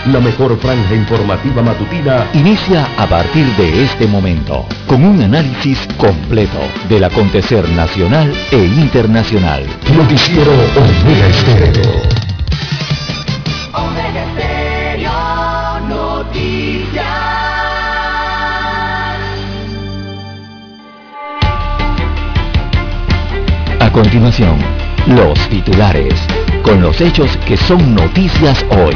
La mejor franja informativa matutina inicia a partir de este momento, con un análisis completo del acontecer nacional e internacional. Noticiero Omega Estéreo. Omega Estéreo Noticias. A continuación, los titulares, con los hechos que son noticias hoy.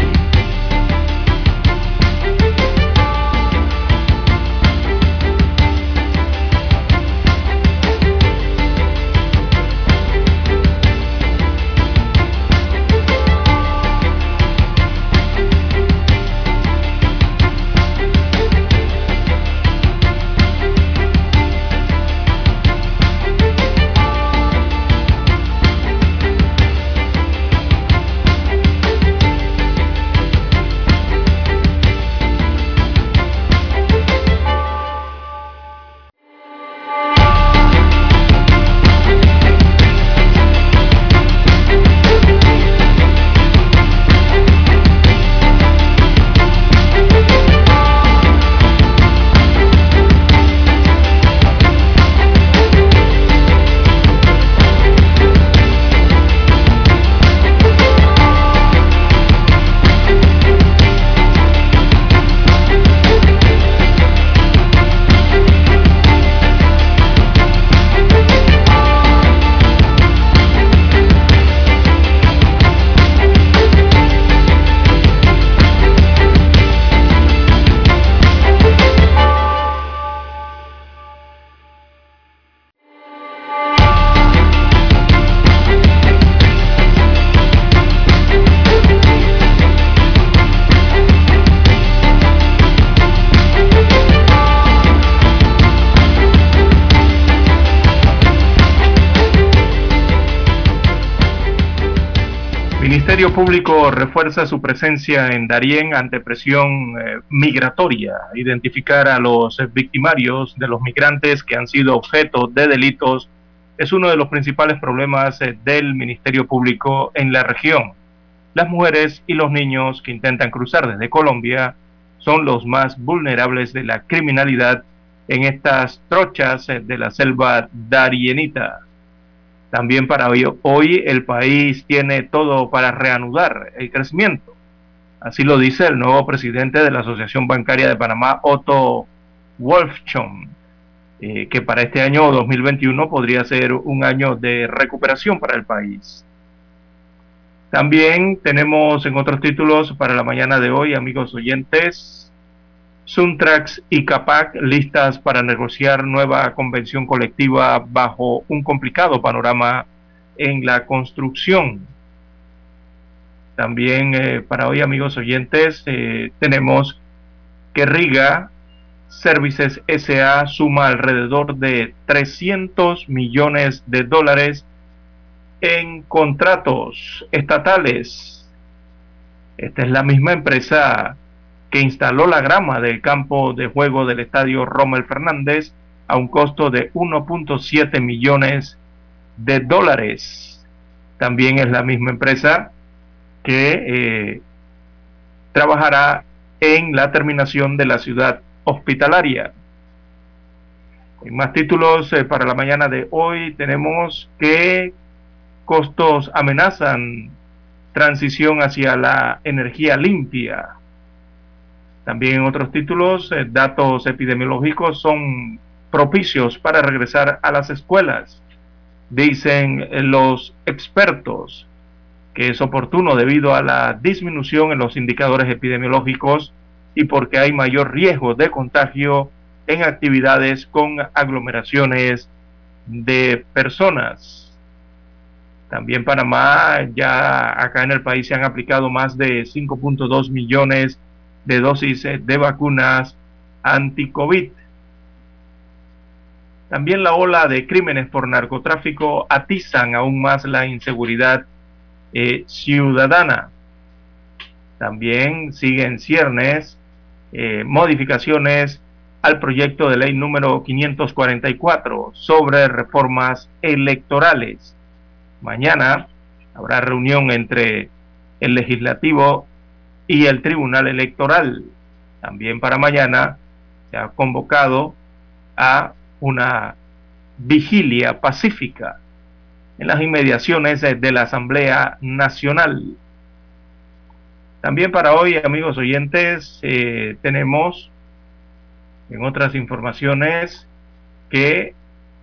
Ministerio Público refuerza su presencia en Darién ante presión migratoria. Identificar a los victimarios de los migrantes que han sido objeto de delitos es uno de los principales problemas del Ministerio Público en la región. Las mujeres y los niños que intentan cruzar desde Colombia son los más vulnerables de la criminalidad en estas trochas de la selva darienita. También para hoy el país tiene todo para reanudar el crecimiento. Así lo dice el nuevo presidente de la Asociación Bancaria de Panamá, Otto Wolfson, que para este año 2021 podría ser un año de recuperación para el país. También tenemos en otros títulos para la mañana de hoy, amigos oyentes, Suntrax y CAPAC listas para negociar nueva convención colectiva bajo un complicado panorama en la construcción. También para hoy, amigos oyentes, tenemos que Riga Services S.A. suma alrededor de $300 millones en contratos estatales. Esta es la misma empresa que instaló la grama del campo de juego del estadio Rommel Fernández a un costo de $1.7 millones. También es la misma empresa que trabajará en la terminación de la ciudad hospitalaria. En más títulos para la mañana de hoy tenemos que costos amenazan transición hacia la energía limpia. También en otros títulos, datos epidemiológicos son propicios para regresar a las escuelas. Dicen los expertos que es oportuno debido a la disminución en los indicadores epidemiológicos y porque hay mayor riesgo de contagio en actividades con aglomeraciones de personas. También Panamá, ya acá en el país se han aplicado más de 5.2 millones de dosis de vacunas anti-COVID. También la ola de crímenes por narcotráfico atizan aún más la inseguridad ciudadana. También siguen ciernes modificaciones al proyecto de ley número 544 sobre reformas electorales. Mañana habrá reunión entre el legislativo y el Tribunal Electoral. También para mañana se ha convocado a una vigilia pacífica en las inmediaciones de la Asamblea Nacional. También para hoy, amigos oyentes, tenemos en otras informaciones que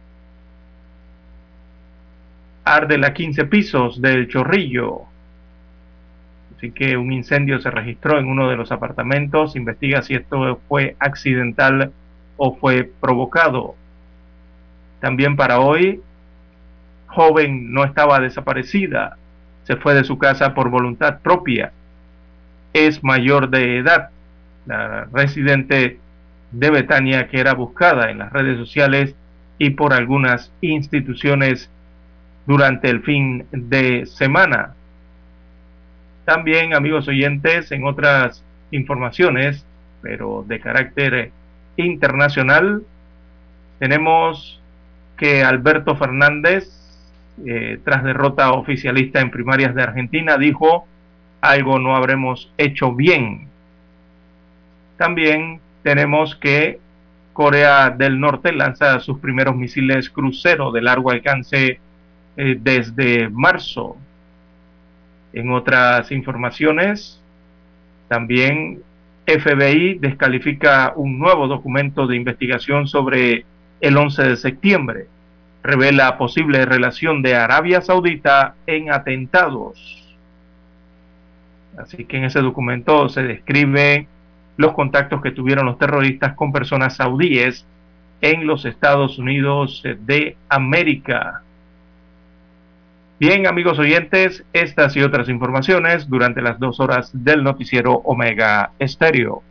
arde la 15 pisos del Chorrillo. Así que un incendio se registró en uno de los apartamentos. Investiga si esto fue accidental o fue provocado. También para hoy, joven no estaba desaparecida. Se fue de su casa por voluntad propia. Es mayor de edad. La residente de Betania, que era buscada en las redes sociales y por algunas instituciones durante el fin de semana. También, amigos oyentes, en otras informaciones, pero de carácter internacional, tenemos que Alberto Fernández, tras derrota oficialista en primarias de Argentina, dijo: algo no habremos hecho bien. También tenemos que Corea del Norte lanza sus primeros misiles crucero de largo alcance desde marzo. En otras informaciones, también FBI descalifica un nuevo documento de investigación sobre el 11 de septiembre. Revela posible relación de Arabia Saudita en atentados. Así que en ese documento se describe los contactos que tuvieron los terroristas con personas saudíes en los Estados Unidos de América. Bien, amigos oyentes, estas y otras informaciones durante las 2 horas del noticiero Omega Estéreo.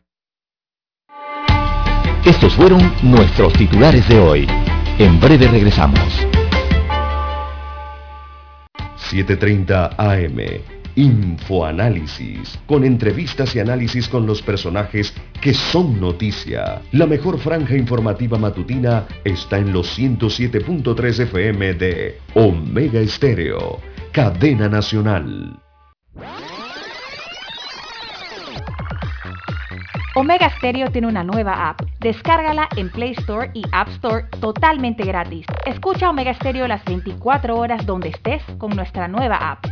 Estos fueron nuestros titulares de hoy. En breve regresamos. 7:30 AM. Infoanálisis, con entrevistas y análisis con los personajes que son noticia. La mejor franja informativa matutina está en los 107.3 FM de Omega Estéreo, cadena nacional. Omega Stereo tiene una nueva app. Descárgala en Play Store y App Store totalmente gratis. Escucha Omega Stereo las 24 horas donde estés con nuestra nueva app.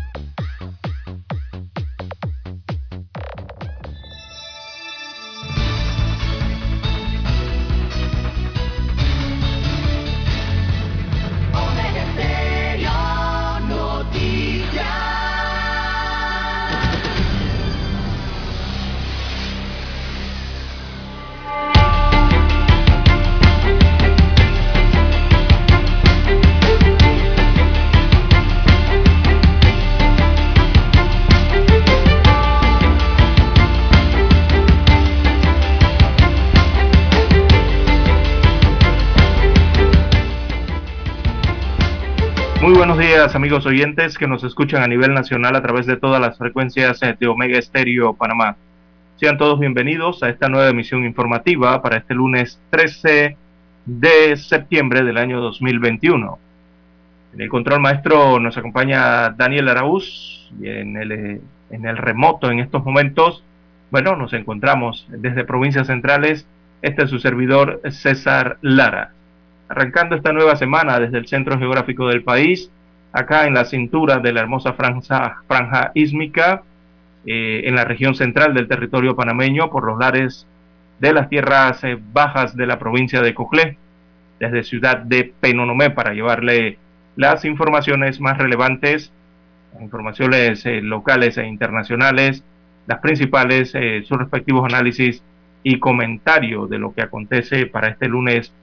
Muy buenos días, amigos oyentes que nos escuchan a nivel nacional a través de todas las frecuencias de Omega Estéreo Panamá. Sean todos bienvenidos a esta nueva emisión informativa para este lunes 13 de septiembre del año 2021. En el control maestro nos acompaña Daniel Araúz y en el remoto en estos momentos, bueno, nos encontramos desde provincias centrales. Este es su servidor César Lara. Arrancando esta nueva semana desde el centro geográfico del país, acá en la cintura de la hermosa franja ísmica, en la región central del territorio panameño, por los lares de las tierras bajas de la provincia de Coclé, desde ciudad de Penonomé, para llevarle las informaciones más relevantes, las informaciones locales e internacionales, las principales, sus respectivos análisis y comentarios de lo que acontece para este lunes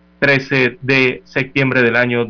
13 de septiembre del año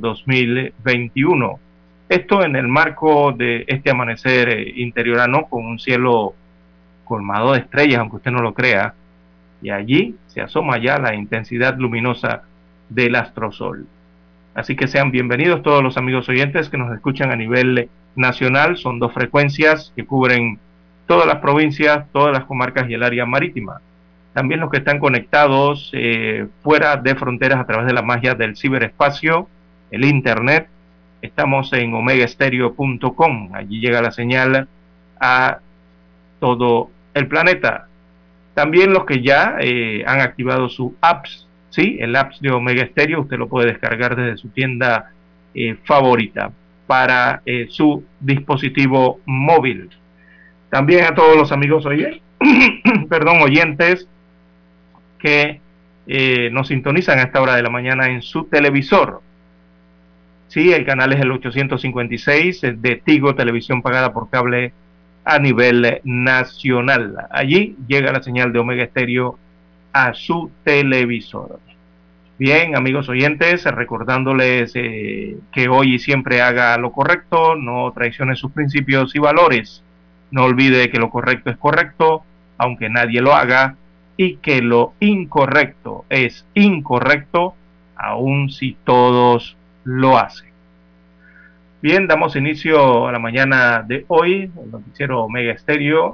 2021. Esto en el marco de este amanecer interiorano con un cielo colmado de estrellas, aunque usted no lo crea, y allí se asoma ya la intensidad luminosa del astrosol. Así que sean bienvenidos todos los amigos oyentes que nos escuchan a nivel nacional. Son 2 frecuencias que cubren todas las provincias, todas las comarcas y el área marítima. También los que están conectados fuera de fronteras a través de la magia del ciberespacio, el internet. Estamos en omegaestereo.com. Allí llega la señal a todo el planeta. También los que ya han activado su apps, ¿sí? El apps de Omega Stereo, usted lo puede descargar desde su tienda favorita para su dispositivo móvil. También a todos los amigos oyentes que nos sintonizan a esta hora de la mañana en su televisor. Sí, el canal es el 856 de Tigo, televisión pagada por cable a nivel nacional. Allí llega la señal de Omega Stereo a su televisor. Bien, amigos oyentes, recordándoles que hoy y siempre haga lo correcto, no traicione sus principios y valores. No olvide que lo correcto es correcto, aunque nadie lo haga, y que lo incorrecto es incorrecto, aun si todos lo hacen. Bien, damos inicio a la mañana de hoy, el noticiero Omega Stereo,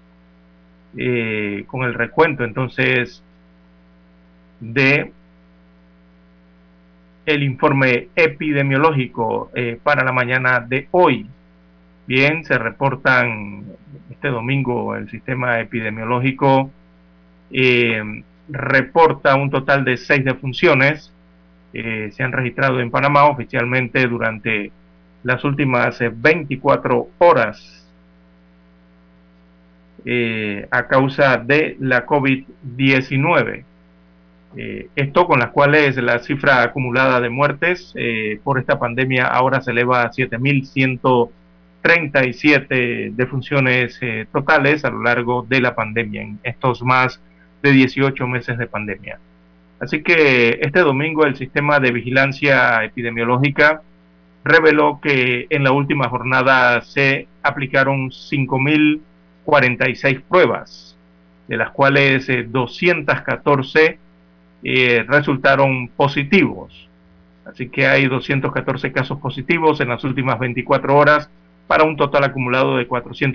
con el recuento entonces de el informe epidemiológico para la mañana de hoy. Bien, se reportan este domingo el sistema epidemiológico reporta un total de 6 defunciones. Se han registrado en Panamá oficialmente durante las últimas 24 horas a causa de la COVID-19. Esto con las cuales la cifra acumulada de muertes por esta pandemia ahora se eleva a 7.137 defunciones totales a lo largo de la pandemia, en estos más de 18 meses de pandemia. Así que este domingo el sistema de vigilancia epidemiológica reveló que en la última jornada se aplicaron 5.046 pruebas, de las cuales 214 resultaron positivos. Así que hay 214 casos positivos en las últimas 24 horas para un total acumulado de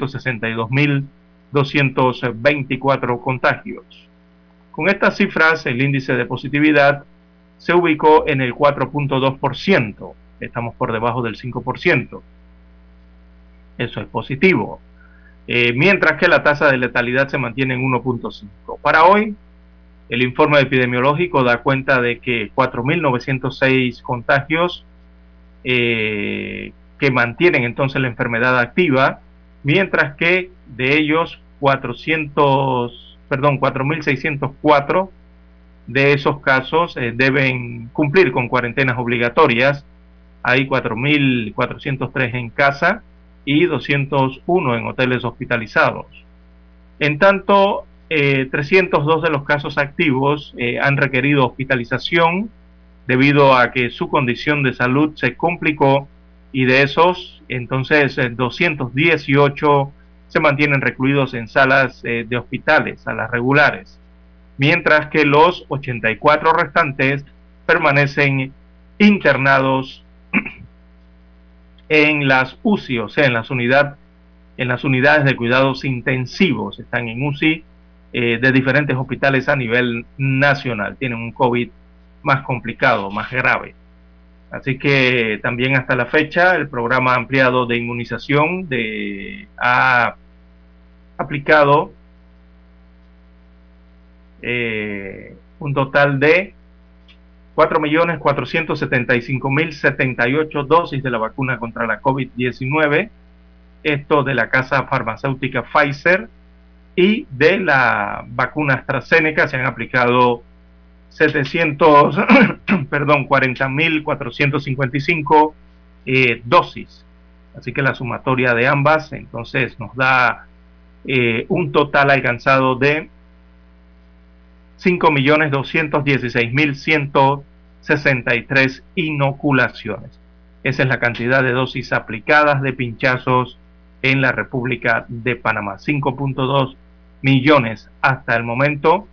462.224 contagios. Con estas cifras, el índice de positividad se ubicó en el 4.2%. Estamos por debajo del 5%. Eso es positivo. Mientras que la tasa de letalidad se mantiene en 1.5. Para hoy, el informe epidemiológico da cuenta de que 4.906 contagios que mantienen entonces la enfermedad activa, mientras que de ellos 4.604 de esos casos deben cumplir con cuarentenas obligatorias. Hay 4.403 en casa y 201 en hoteles hospitalizados. En tanto, 302 de los casos activos han requerido hospitalización debido a que su condición de salud se complicó, y de esos, entonces, 218 se mantienen recluidos en salas de hospitales, salas regulares, mientras que los 84 restantes permanecen internados en las UCI, o sea, en las unidades de cuidados intensivos. Están en UCI de diferentes hospitales a nivel nacional. Tienen un COVID más complicado, más grave. Así que también hasta la fecha el programa ampliado de inmunización ha aplicado un total de 4.475.078 dosis de la vacuna contra la COVID-19, esto de la casa farmacéutica Pfizer, y de la vacuna AstraZeneca se han aplicado 40.455 dosis. Así que la sumatoria de ambas entonces nos da un total alcanzado de 5.216.163 inoculaciones. Esa es la cantidad de dosis aplicadas de pinchazos en la República de Panamá. 5.2 millones hasta el momento.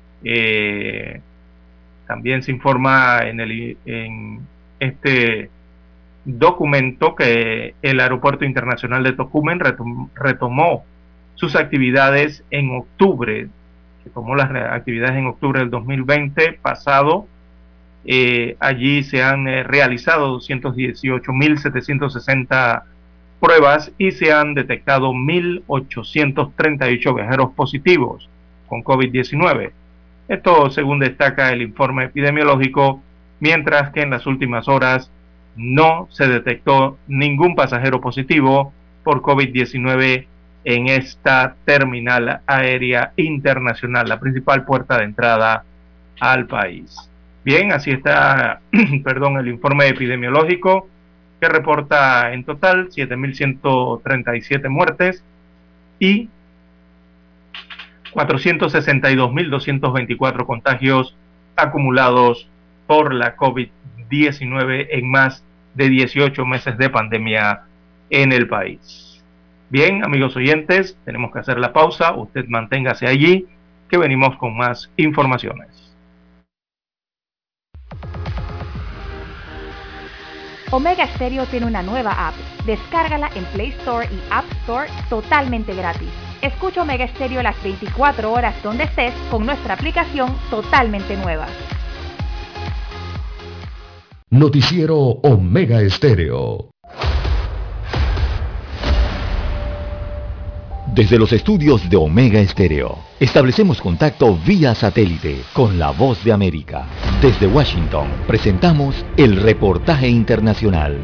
También se informa en este documento que el Aeropuerto Internacional de Tocumen retomó sus actividades en octubre. Se tomó las actividades en octubre del 2020 pasado. Allí se han realizado 218.760 pruebas y se han detectado 1.838 viajeros positivos con COVID-19. Esto según destaca el informe epidemiológico, mientras que en las últimas horas no se detectó ningún pasajero positivo por COVID-19 en esta terminal aérea internacional, la principal puerta de entrada al país. Bien, así está, el informe epidemiológico que reporta en total 7.137 muertes y 462.224 contagios acumulados por la COVID-19 en más de 18 meses de pandemia en el país. Bien, amigos oyentes, tenemos que hacer la pausa. Usted manténgase allí, que venimos con más informaciones. Omega Stereo tiene una nueva app. Descárgala en Play Store y App Store totalmente gratis. Escucha Omega Stereo las 24 horas donde estés con nuestra aplicación totalmente nueva. Noticiero Omega Estéreo. Desde los estudios de Omega Estéreo, establecemos contacto vía satélite con la Voz de América. Desde Washington, presentamos el reportaje internacional.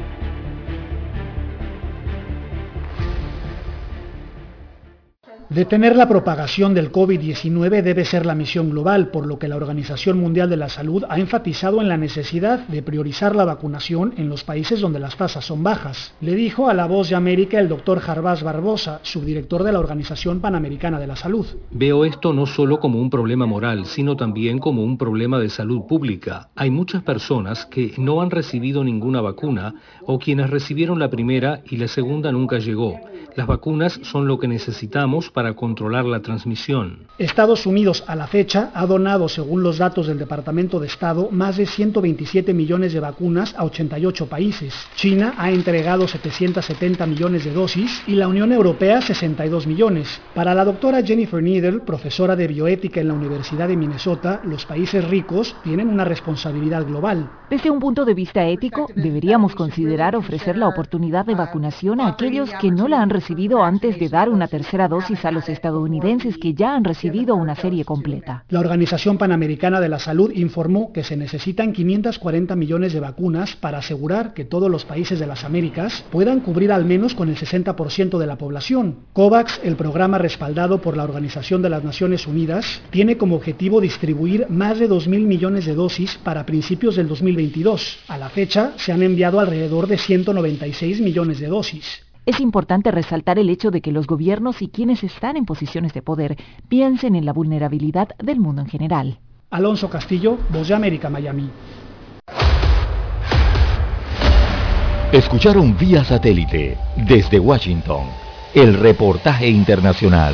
Detener la propagación del COVID-19 debe ser la misión global, por lo que la Organización Mundial de la Salud ha enfatizado en la necesidad de priorizar la vacunación en los países donde las tasas son bajas. Le dijo a La Voz de América el doctor Jarbas Barbosa, subdirector de la Organización Panamericana de la Salud. Veo esto no solo como un problema moral, sino también como un problema de salud pública. Hay muchas personas que no han recibido ninguna vacuna o quienes recibieron la primera y la segunda nunca llegó. Las vacunas son lo que necesitamos para controlar la transmisión. Estados Unidos, a la fecha, ha donado, según los datos del Departamento de Estado, más de 127 millones de vacunas a 88 países. China ha entregado 770 millones de dosis y la Unión Europea 62 millones. Para la doctora Jennifer Needle, profesora de bioética en la Universidad de Minnesota, los países ricos tienen una responsabilidad global. Desde un punto de vista ético, deberíamos considerar ofrecer la oportunidad de vacunación a aquellos que no la han recibido antes de dar una tercera dosis a los estadounidenses que ya han recibido una serie completa. La Organización Panamericana de la Salud informó que se necesitan 540 millones de vacunas para asegurar que todos los países de las Américas puedan cubrir al menos con el 60% de la población. COVAX, el programa respaldado por la Organización de las Naciones Unidas, tiene como objetivo distribuir más de 2.000 millones de dosis para principios del 2022. A la fecha, se han enviado alrededor de 196 millones de dosis. Es importante resaltar el hecho de que los gobiernos y quienes están en posiciones de poder piensen en la vulnerabilidad del mundo en general. Alonso Castillo, Voz de América, Miami. Escucharon vía satélite desde Washington el reportaje internacional.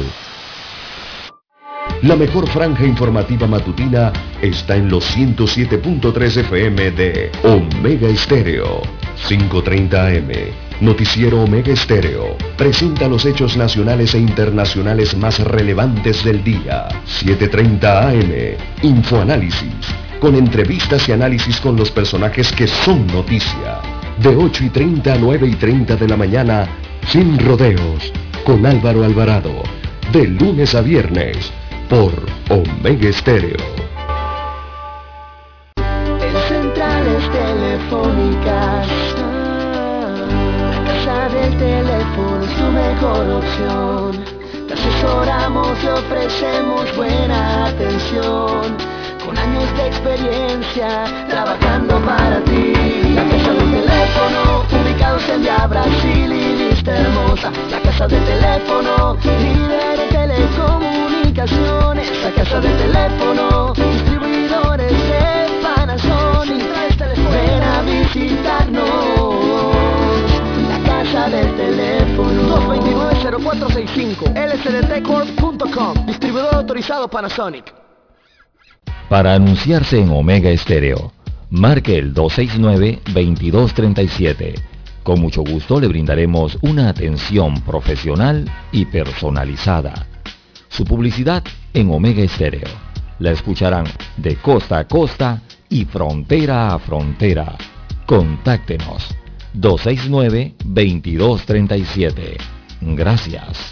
La mejor franja informativa matutina está en los 107.3 FM de Omega Estéreo, 5:30 AM. Noticiero Omega Estéreo presenta los hechos nacionales e internacionales más relevantes del día. 7:30 AM. Infoanálisis, con entrevistas y análisis con los personajes que son noticia. De 8:30 a 9:30 de la mañana, Sin Rodeos, con Álvaro Alvarado. De lunes a viernes, por Omega Estéreo. En centrales telefónicas, la casa del teléfono es tu mejor opción. Te asesoramos y ofrecemos buena atención, con años de experiencia trabajando para ti. La casa del teléfono, ubicados en Vía Brasil y Vista Hermosa. La casa del teléfono, líder en telecomunicaciones. La casa del teléfono, distribuidores de Panasonic. Ven a visitarnos. La casa del teléfono 229-0465 lsdtcorp.com. Distribuidor autorizado Panasonic. Para anunciarse en Omega Estéreo, marque el 269-2237. Con mucho gusto le brindaremos una atención profesional y personalizada. Su publicidad en Omega Estéreo la escucharán de costa a costa y frontera a frontera. Contáctenos 269-2237. Gracias.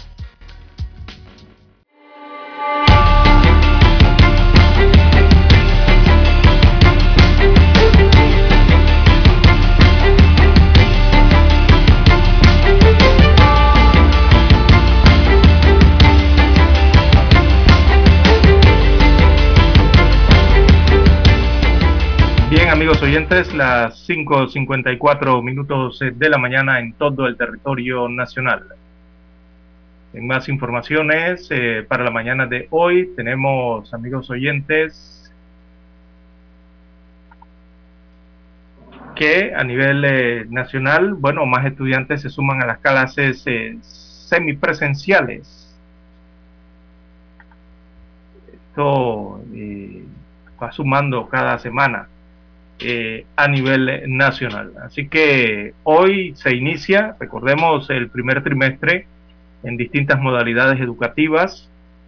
Bien, amigos oyentes, las 5:54 minutos de la mañana en todo el territorio nacional. En más informaciones, para la mañana de hoy tenemos, amigos oyentes, que a nivel nacional, bueno, más estudiantes se suman a las clases semipresenciales. Esto va sumando cada semana a nivel nacional. Así que hoy se inicia, recordemos, el primer trimestre en distintas modalidades educativas.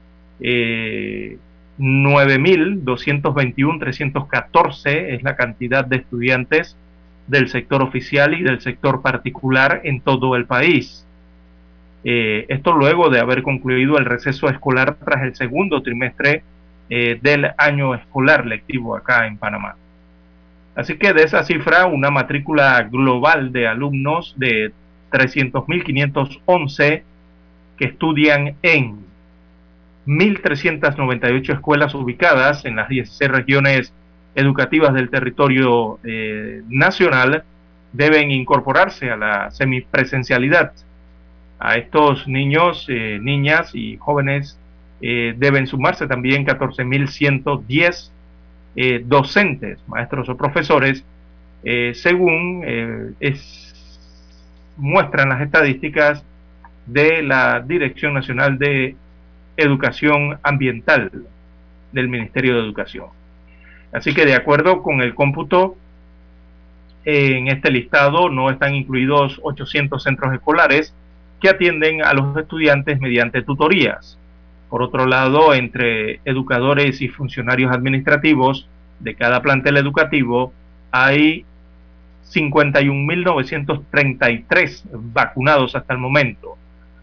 9.221.314 es la cantidad de estudiantes del sector oficial y del sector particular en todo el país. Esto luego de haber concluido el receso escolar tras el segundo trimestre del año escolar lectivo acá en Panamá. Así que de esa cifra, una matrícula global de alumnos de 300.511 que estudian en 1.398 escuelas ubicadas en las 16 regiones educativas del territorio nacional, deben incorporarse a la semipresencialidad. A estos niños, niñas y jóvenes deben sumarse también 14.110 docentes, maestros o profesores, según muestran las estadísticas de la Dirección Nacional de Educación Ambiental del Ministerio de Educación. Así que de acuerdo con el cómputo, en este listado no están incluidos 800 centros escolares que atienden a los estudiantes mediante tutorías. Por otro lado, entre educadores y funcionarios administrativos de cada plantel educativo hay 51.933 vacunados hasta el momento,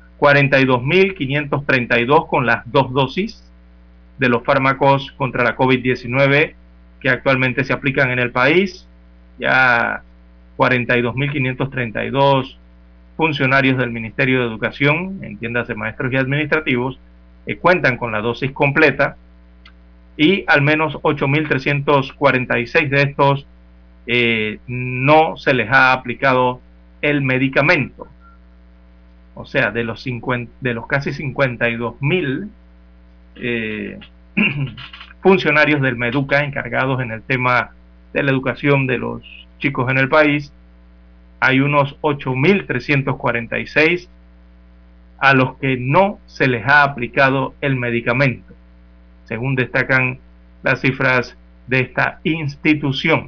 42.532 con las 2 dosis de los fármacos contra la COVID-19 que actualmente se aplican en el país. Ya 42.532 funcionarios del Ministerio de Educación, entiéndase maestros y administrativos, cuentan con la dosis completa, y al menos 8.346 de estos no se les ha aplicado el medicamento. O sea, de los casi 52.000 funcionarios del MEDUCA encargados en el tema de la educación de los chicos en el país, hay unos 8.346 a los que no se les ha aplicado el medicamento, según destacan las cifras de esta institución.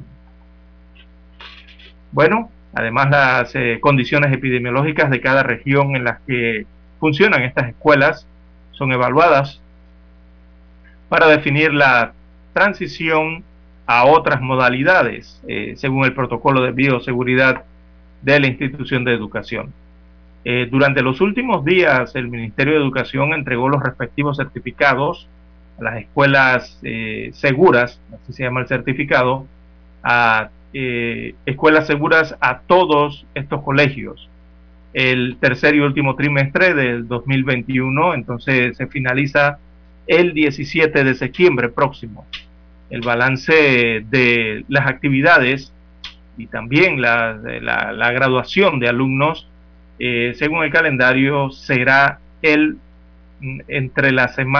Bueno, además las condiciones epidemiológicas de cada región en las que funcionan estas escuelas son evaluadas para definir la transición a otras modalidades, según el protocolo de bioseguridad de la institución de educación. Durante los últimos días, el Ministerio de Educación entregó los respectivos certificados a las escuelas seguras, así se llama el certificado, a escuelas seguras a todos estos colegios. El tercer y último trimestre del 2021, entonces se finaliza el 17 de septiembre próximo. El balance de las actividades y también la graduación de alumnos, según el calendario, serán entre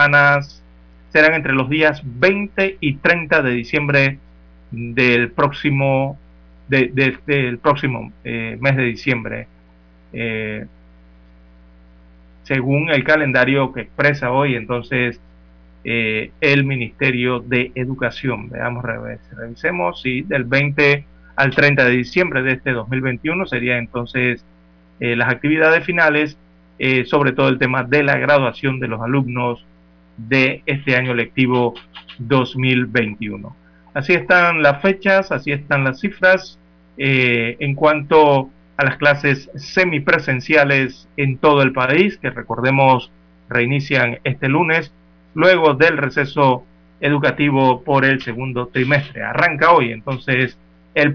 los días 20 y 30 de diciembre del próximo mes de diciembre, según el calendario que expresa hoy entonces el Ministerio de Educación. Revisemos, sí, del 20 al 30 de diciembre de este 2021 sería entonces las actividades finales, sobre todo el tema de la graduación de los alumnos de este año lectivo 2021. Así están las fechas, así están las cifras en cuanto a las clases semipresenciales en todo el país, que recordemos reinician este lunes, luego del receso educativo por el segundo trimestre. Arranca hoy entonces el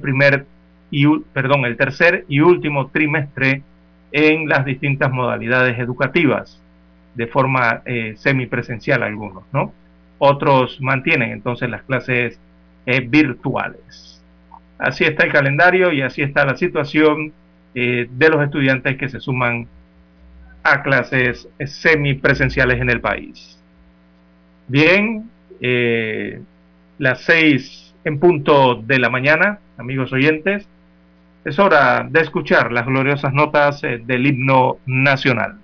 tercer y último trimestre en las distintas modalidades educativas, de forma semipresencial algunos, ¿no? Otros mantienen entonces las clases virtuales. Así está el calendario y así está la situación de los estudiantes que se suman a clases semipresenciales en el país. Bien, las 6 en punto de la mañana, amigos oyentes, es hora de escuchar las gloriosas notas del himno nacional.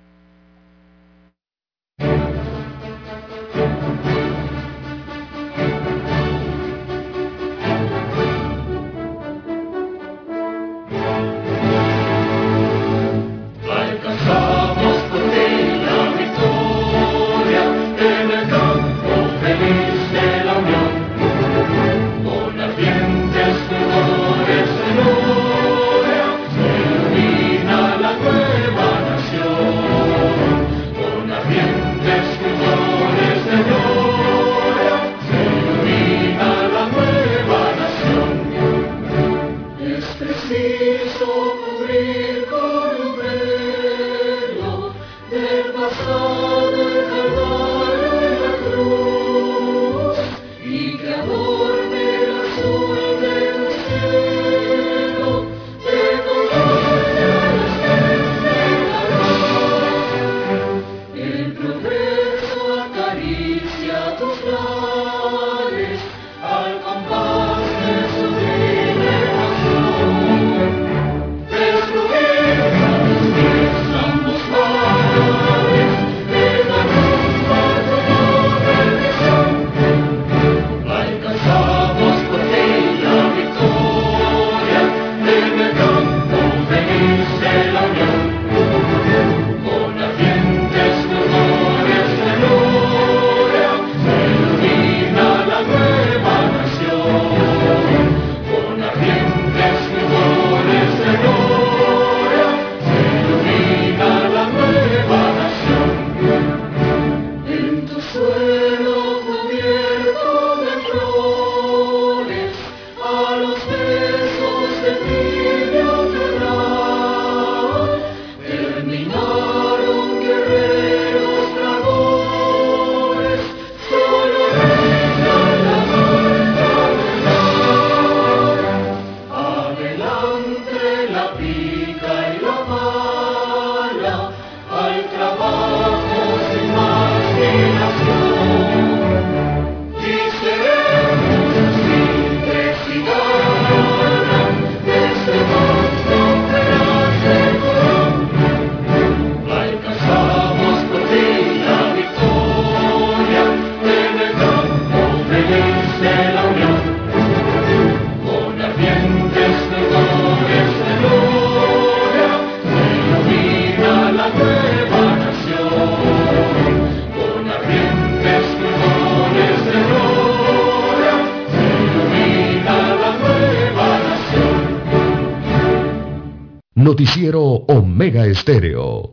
Noticiero Omega Estéreo.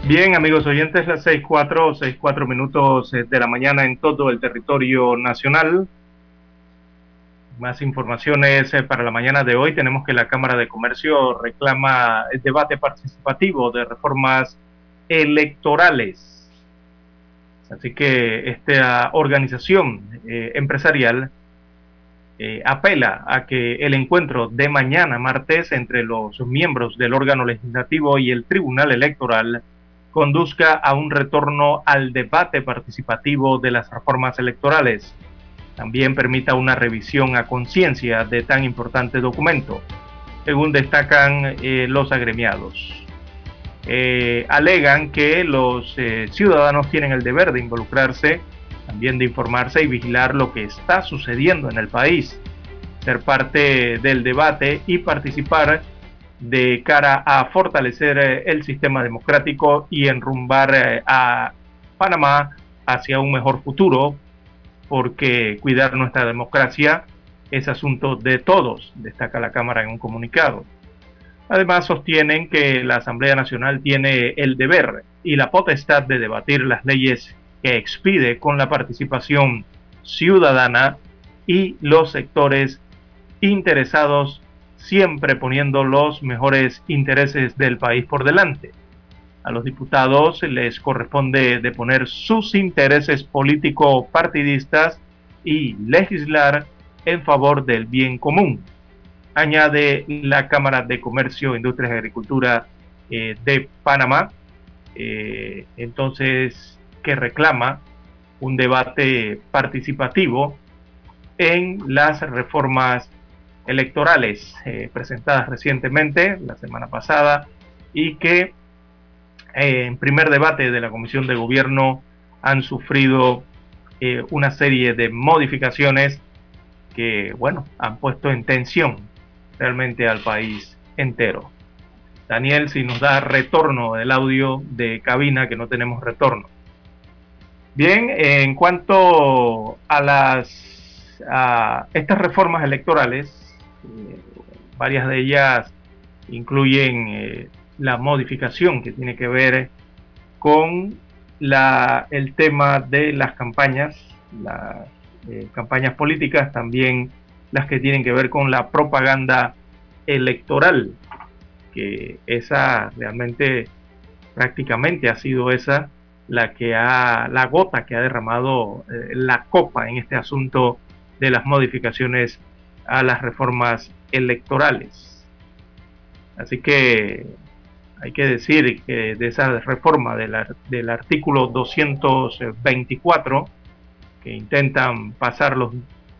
Bien, amigos oyentes, las 6:04 minutos de la mañana en todo el territorio nacional. Más informaciones para la mañana de hoy. Tenemos que la Cámara de Comercio reclama el debate participativo de reformas electorales. Así que esta organización empresarial apela a que el encuentro de mañana, martes, entre los miembros del órgano legislativo y el Tribunal Electoral conduzca a un retorno al debate participativo de las reformas electorales. También permita una revisión a conciencia de tan importante documento, según destacan los agremiados. Alegan que los ciudadanos tienen el deber de involucrarse, también de informarse y vigilar lo que está sucediendo en el país, ser parte del debate y participar de cara a fortalecer el sistema democrático y enrumbar a Panamá hacia un mejor futuro, porque cuidar nuestra democracia es asunto de todos, destaca la Cámara en un comunicado. Además, sostienen que la Asamblea Nacional tiene el deber y la potestad de debatir las leyes que expide con la participación ciudadana y los sectores interesados, siempre poniendo los mejores intereses del país por delante. A los diputados les corresponde deponer sus intereses político-partidistas y legislar en favor del bien común, añade la Cámara de Comercio, Industrias y Agricultura de Panamá, entonces que reclama un debate participativo en las reformas electorales presentadas recientemente, la semana pasada, y que en primer debate de la Comisión de Gobierno han sufrido una serie de modificaciones que, bueno, han puesto en tensión realmente al país entero. Daniel, si nos da retorno del audio de cabina, que no tenemos retorno. Bien, en cuanto a estas reformas electorales, varias de ellas incluyen la modificación que tiene que ver con el tema de las campañas, las campañas políticas, también las que tienen que ver con la propaganda electoral, que esa realmente prácticamente ha sido esa la gota que ha derramado la copa en este asunto de las modificaciones a las reformas electorales. Así que hay que decir que de esa reforma del artículo 224 que intentan pasarlos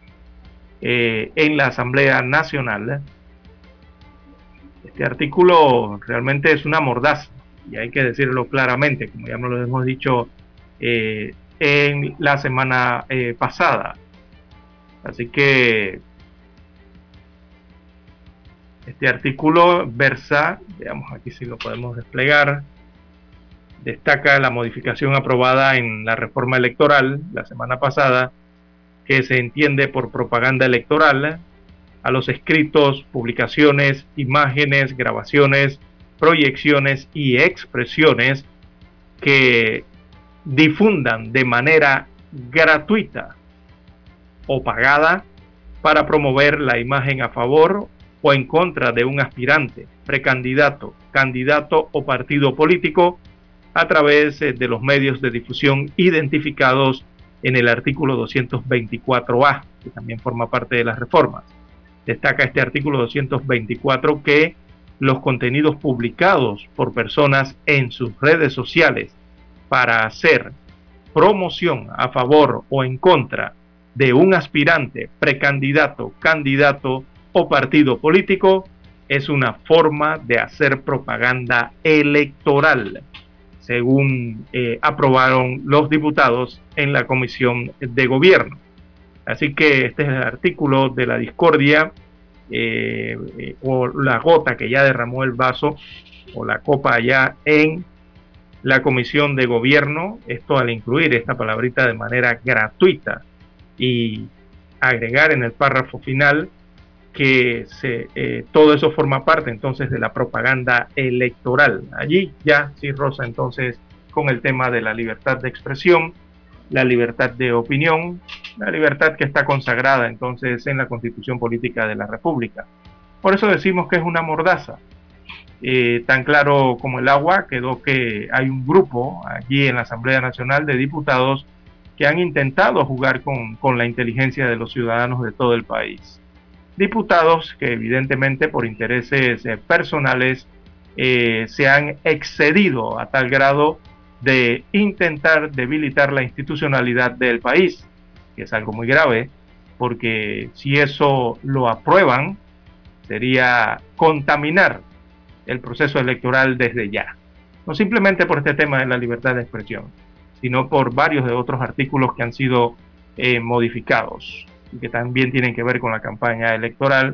en la Asamblea Nacional, este artículo realmente es una mordaza, y hay que decirlo claramente, como ya nos lo hemos dicho en la semana pasada. Así que este artículo versa, veamos aquí si lo podemos desplegar, destaca la modificación aprobada en la reforma electoral la semana pasada, que se entiende por propaganda electoral a los escritos, publicaciones, imágenes, grabaciones, proyecciones y expresiones que difundan de manera gratuita o pagada para promover la imagen a favor o en contra de un aspirante, precandidato, candidato o partido político a través de los medios de difusión identificados en el artículo 224A, que también forma parte de las reformas. Destaca este artículo 224 que los contenidos publicados por personas en sus redes sociales para hacer promoción a favor o en contra de un aspirante, precandidato, candidato o partido político es una forma de hacer propaganda electoral, según aprobaron los diputados en la Comisión de Gobierno. Así que este es el artículo de la discordia, o la gota que ya derramó el vaso, o la copa allá en la Comisión de Gobierno, esto al incluir esta palabrita de manera gratuita y agregar en el párrafo final que todo eso forma parte entonces de la propaganda electoral. Allí ya sí roza entonces con el tema de la libertad de expresión, la libertad de opinión, la libertad que está consagrada entonces en la Constitución Política de la República. Por eso decimos que es una mordaza. Tan claro como el agua quedó que hay un grupo allí en la Asamblea Nacional de Diputados que han intentado jugar con la inteligencia de los ciudadanos de todo el país. Diputados que evidentemente por intereses personales se han excedido a tal grado de intentar debilitar la institucionalidad del país, que es algo muy grave, porque si eso lo aprueban, sería contaminar el proceso electoral desde ya. No simplemente por este tema de la libertad de expresión, sino por varios de otros artículos que han sido modificados y que también tienen que ver con la campaña electoral.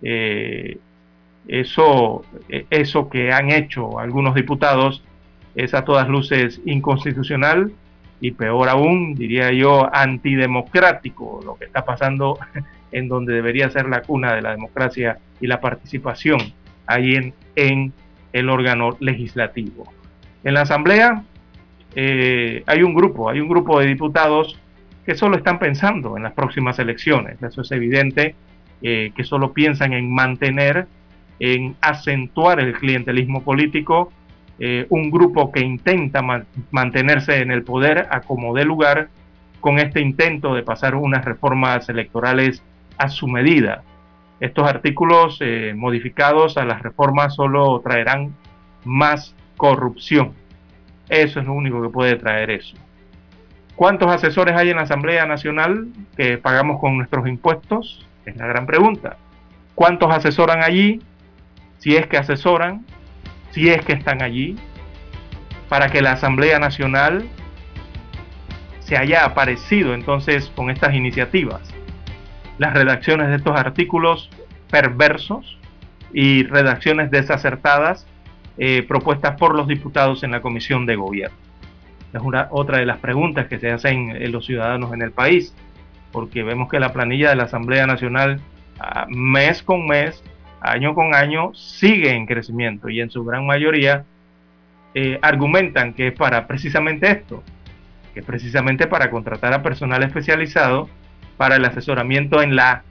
Eso que han hecho algunos diputados es a todas luces inconstitucional y peor aún, diría yo, antidemocrático, lo que está pasando en donde debería ser la cuna de la democracia y la participación ahí en el órgano legislativo. En la Asamblea hay un grupo de diputados que solo están pensando en las próximas elecciones. Eso es evidente, que solo piensan en mantener, en acentuar el clientelismo político, un grupo que intenta mantenerse en el poder a como dé lugar con este intento de pasar unas reformas electorales a su medida. Estos artículos modificados a las reformas solo traerán más corrupción. Eso es lo único que puede traer eso. ¿Cuántos asesores hay en la Asamblea Nacional que pagamos con nuestros impuestos? Es la gran pregunta. ¿Cuántos asesoran allí? Si es que asesoran, si es que están allí, para que la Asamblea Nacional se haya aparecido entonces con estas iniciativas. Las redacciones de estos artículos perversos y redacciones desacertadas propuestas por los diputados en la Comisión de Gobierno. Es otra de las preguntas que se hacen los ciudadanos en el país, porque vemos que la planilla de la Asamblea Nacional mes con mes, año con año, sigue en crecimiento y en su gran mayoría argumentan que es para precisamente esto, que es precisamente para contratar a personal especializado para el asesoramiento en la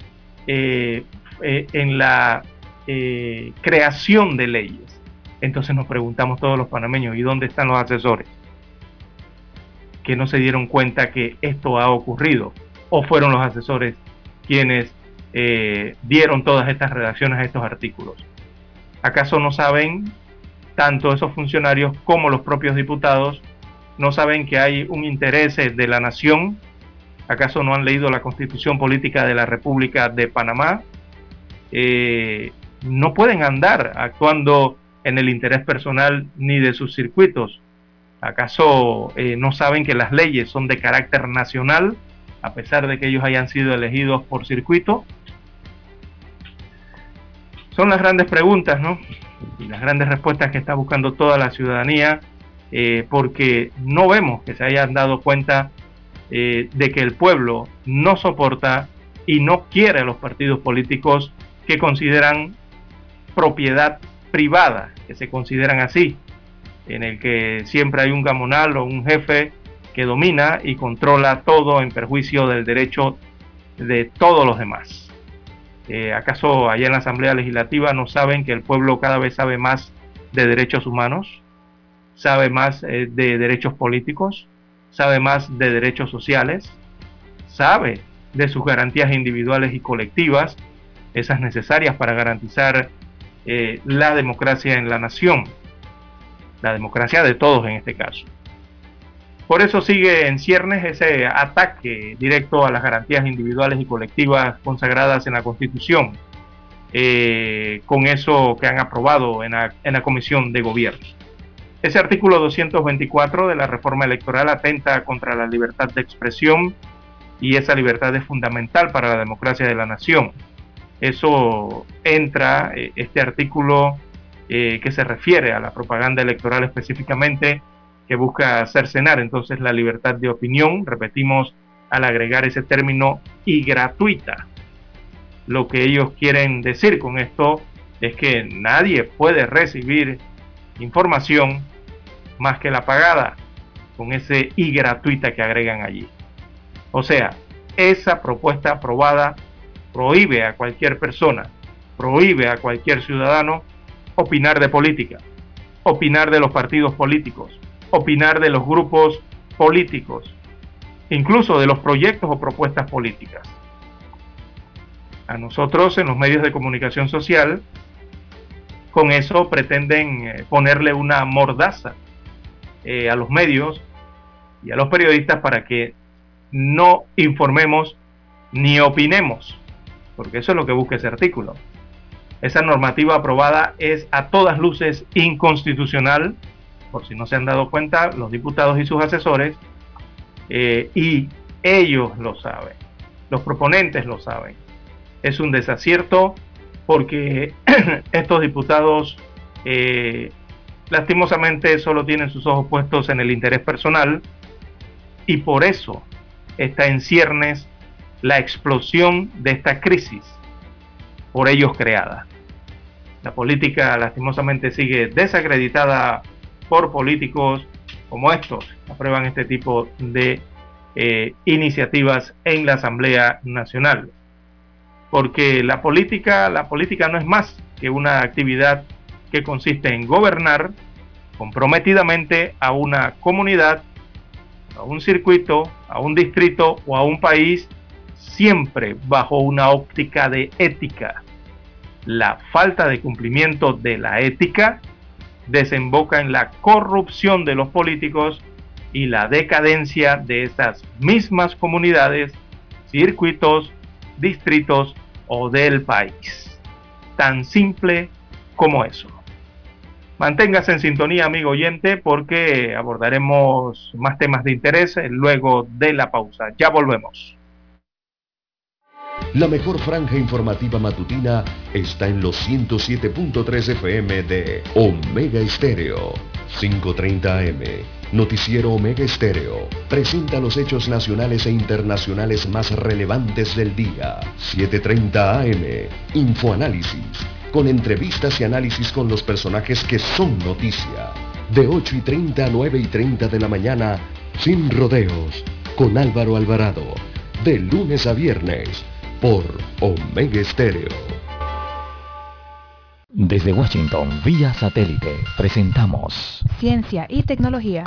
creación de leyes. Entonces nos preguntamos todos los panameños, ¿y dónde están los asesores? Que no se dieron cuenta que esto ha ocurrido, o fueron los asesores quienes dieron todas estas redacciones a estos artículos. ¿Acaso no saben, tanto esos funcionarios como los propios diputados, no saben que hay un interés de la nación? ¿Acaso no han leído la Constitución Política de la República de Panamá? No pueden andar actuando en el interés personal ni de sus circuitos. ¿Acaso no saben que las leyes son de carácter nacional, a pesar de que ellos hayan sido elegidos por circuito? Son las grandes preguntas, ¿no? Y las grandes respuestas que está buscando toda la ciudadanía, porque no vemos que se hayan dado cuenta de que el pueblo no soporta y no quiere a los partidos políticos que consideran propiedad privada, que se consideran así, en el que siempre hay un gamonal o un jefe que domina y controla todo en perjuicio del derecho de todos los demás. ¿Acaso allá en la Asamblea Legislativa no saben que el pueblo cada vez sabe más de derechos humanos, sabe más de derechos políticos, sabe más de derechos sociales, sabe de sus garantías individuales y colectivas, esas necesarias para garantizar la democracia en la nación, la democracia de todos en este caso? Por eso sigue en ciernes ese ataque directo a las garantías individuales y colectivas consagradas en la Constitución, con eso que han aprobado en la Comisión de Gobierno. Ese artículo 224 de la reforma electoral atenta contra la libertad de expresión, y esa libertad es fundamental para la democracia de la nación. Eso entra, este artículo que se refiere a la propaganda electoral específicamente, que busca cercenar entonces la libertad de opinión, repetimos, al agregar ese término, y gratuita. lo que ellos quieren decir con esto es que nadie puede recibir información más que la pagada, con ese y gratuita que agregan allí. O sea, esa propuesta aprobada prohíbe a cualquier persona, prohíbe a cualquier ciudadano opinar de política, opinar de los partidos políticos, opinar de los grupos políticos, incluso de los proyectos o propuestas políticas. A nosotros en los medios de comunicación social, con eso pretenden ponerle una mordaza a los medios y a los periodistas para que no informemos ni opinemos, porque eso es lo que busca ese artículo. Esa normativa aprobada es a todas luces inconstitucional, por si no se han dado cuenta los diputados y sus asesores, y ellos lo saben, los proponentes lo saben. Es un desacierto porque estos diputados lastimosamente solo tienen sus ojos puestos en el interés personal, y por eso está en ciernes la explosión de esta crisis por ellos creada. La política lastimosamente sigue desacreditada por políticos como estos, aprueban este tipo de iniciativas en la Asamblea Nacional. Porque la política no es más que una actividad que consiste en gobernar comprometidamente a una comunidad, a un circuito, a un distrito o a un país, siempre bajo una óptica de ética. La falta de cumplimiento de la ética desemboca en la corrupción de los políticos y la decadencia de esas mismas comunidades, circuitos, distritos o del país. Tan simple como eso. Manténgase en sintonía, amigo oyente, porque abordaremos más temas de interés luego de la pausa. Ya volvemos. La mejor franja informativa matutina está en los 107.3 FM de Omega Estéreo. 5:30 AM. Noticiero Omega Estéreo presenta los hechos nacionales e internacionales más relevantes del día. 7:30 AM. Infoanálisis, con entrevistas y análisis con los personajes que son noticia. De 8:30 a 9:30 de la mañana, Sin Rodeos, con Álvaro Alvarado. De lunes a viernes, por Omega Estéreo. Desde Washington, vía satélite, presentamos Ciencia y tecnología.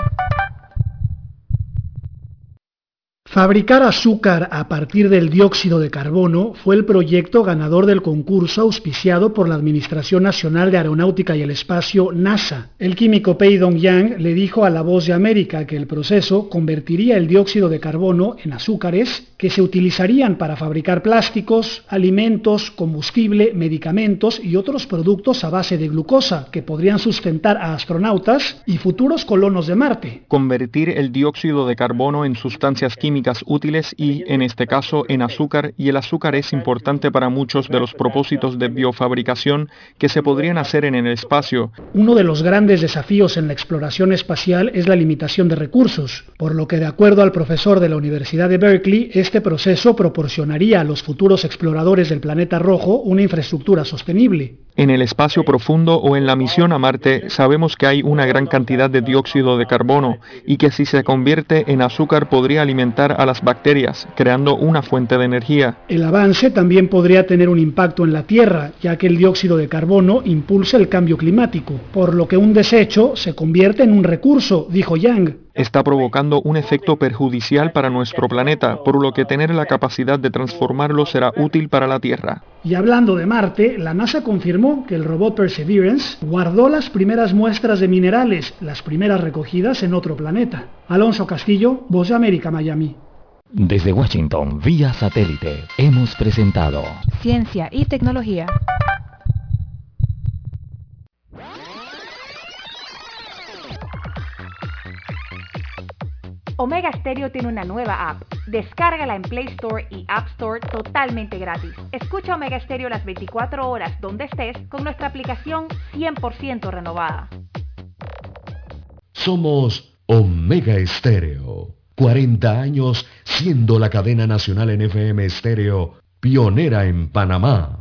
Fabricar azúcar a partir del dióxido de carbono fue el proyecto ganador del concurso auspiciado por la Administración Nacional de Aeronáutica y el Espacio, NASA. El químico Pei Dong-yang le dijo a La Voz de América que el proceso convertiría el dióxido de carbono en azúcares que se utilizarían para fabricar plásticos, alimentos, combustible, medicamentos y otros productos a base de glucosa que podrían sustentar a astronautas y futuros colonos de Marte. Convertir el dióxido de carbono en sustancias químicas útiles y, en este caso, en azúcar, y el azúcar es importante para muchos de los propósitos de biofabricación que se podrían hacer en el espacio. Uno de los grandes desafíos en la exploración espacial es la limitación de recursos, por lo que, de acuerdo al profesor de la Universidad de Berkeley, este proceso proporcionaría a los futuros exploradores del planeta rojo una infraestructura sostenible. En el espacio profundo o en la misión a Marte sabemos que hay una gran cantidad de dióxido de carbono y que si se convierte en azúcar podría alimentar a las bacterias, creando una fuente de energía. El avance también podría tener un impacto en la Tierra, ya que el dióxido de carbono impulsa el cambio climático, por lo que un desecho se convierte en un recurso, dijo Yang. Está provocando un efecto perjudicial para nuestro planeta, por lo que tener la capacidad de transformarlo será útil para la Tierra. Y hablando de Marte, la NASA confirmó que el robot Perseverance guardó las primeras muestras de minerales, las primeras recogidas en otro planeta. Alonso Castillo, Voz de América, Miami. Desde Washington, vía satélite, hemos presentado Ciencia y tecnología. Omega Stereo tiene una nueva app. Descárgala en Play Store y App Store totalmente gratis. Escucha Omega Stereo las 24 horas donde estés con nuestra aplicación 100% renovada. Somos Omega Estéreo. 40 años siendo la cadena nacional en FM Estéreo pionera en Panamá.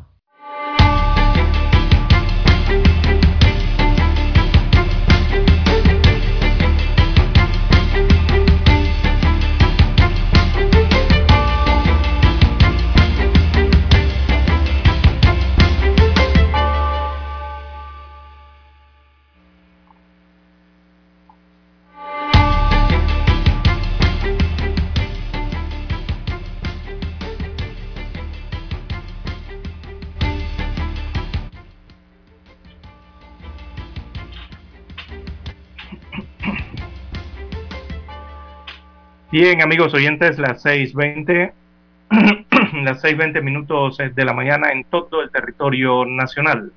Bien, amigos oyentes, las 6:20, las 6:20 minutos de la mañana en todo el territorio nacional.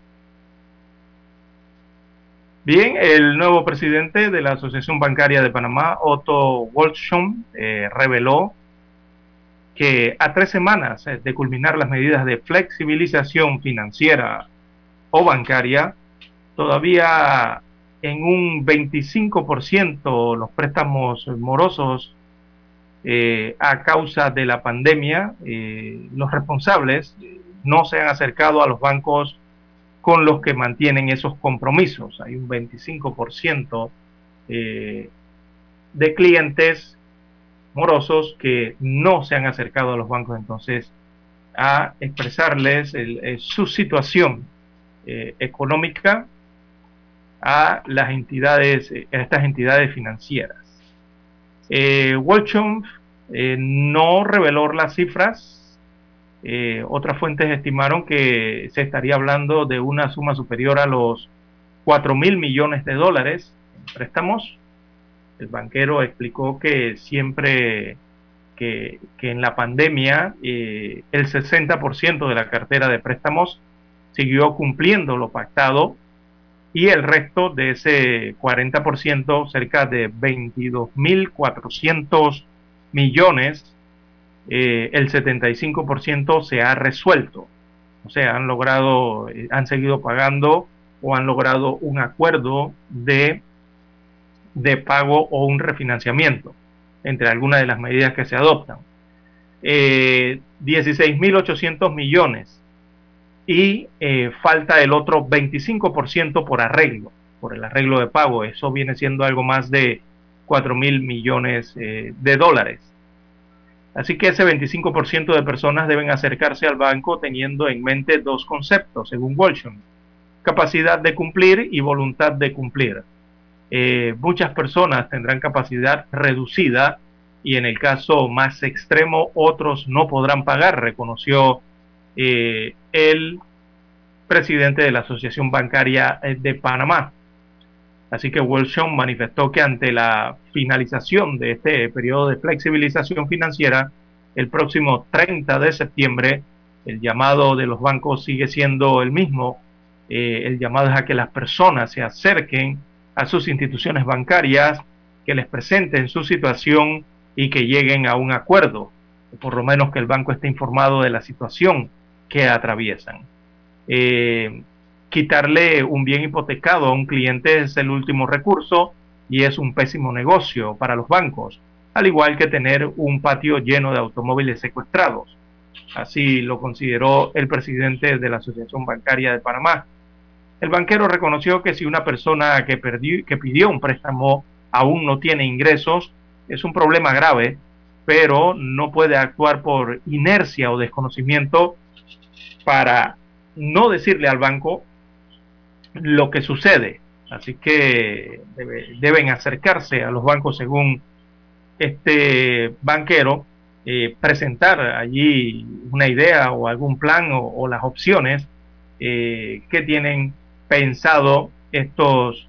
Bien, el nuevo presidente de la Asociación Bancaria de Panamá, Otto Wolfson, reveló que a 3 semanas de culminar las medidas de flexibilización financiera o bancaria, todavía en un 25% los préstamos morosos a causa de la pandemia, los responsables no se han acercado a los bancos con los que mantienen esos compromisos. Hay un 25% de clientes morosos que no se han acercado a los bancos entonces a expresarles su situación económica a las entidades, a estas entidades financieras. Wolfson no reveló las cifras. Otras fuentes estimaron que se estaría hablando de una suma superior a los $4,000 millones en préstamos. El banquero explicó que siempre que en la pandemia el 60% de la cartera de préstamos siguió cumpliendo lo pactado, y el resto de ese 40%, cerca de 22.400 millones, el 75% se ha resuelto. O sea, han seguido pagando o han logrado un acuerdo de pago o un refinanciamiento entre algunas de las medidas que se adoptan. 16.800 millones. Y falta el otro 25% por el arreglo de pago. Eso viene siendo algo más de $4,000 millones de dólares. Así que ese 25% de personas deben acercarse al banco teniendo en mente dos conceptos, según Wolfson: capacidad de cumplir y voluntad de cumplir. Muchas personas tendrán capacidad reducida y en el caso más extremo otros no podrán pagar, reconoció el presidente de la Asociación Bancaria de Panamá. Así que Wolfson manifestó que ante la finalización de este periodo de flexibilización financiera, el próximo 30 de septiembre, el llamado de los bancos sigue siendo el mismo. El llamado es a que las personas se acerquen a sus instituciones bancarias, que les presenten su situación y que lleguen a un acuerdo, o por lo menos que el banco esté informado de la situación que atraviesan. Quitarle un bien hipotecado a un cliente es el último recurso y es un pésimo negocio para los bancos, al igual que tener un patio lleno de automóviles secuestrados. Así lo consideró el presidente de la Asociación Bancaria de Panamá. El banquero reconoció que si una persona que pidió un préstamo aún no tiene ingresos, es un problema grave, pero no puede actuar por inercia o desconocimiento para no decirle al banco lo que sucede. Así que deben acercarse a los bancos, según este banquero, presentar allí una idea o algún plan o las opciones que tienen pensado estos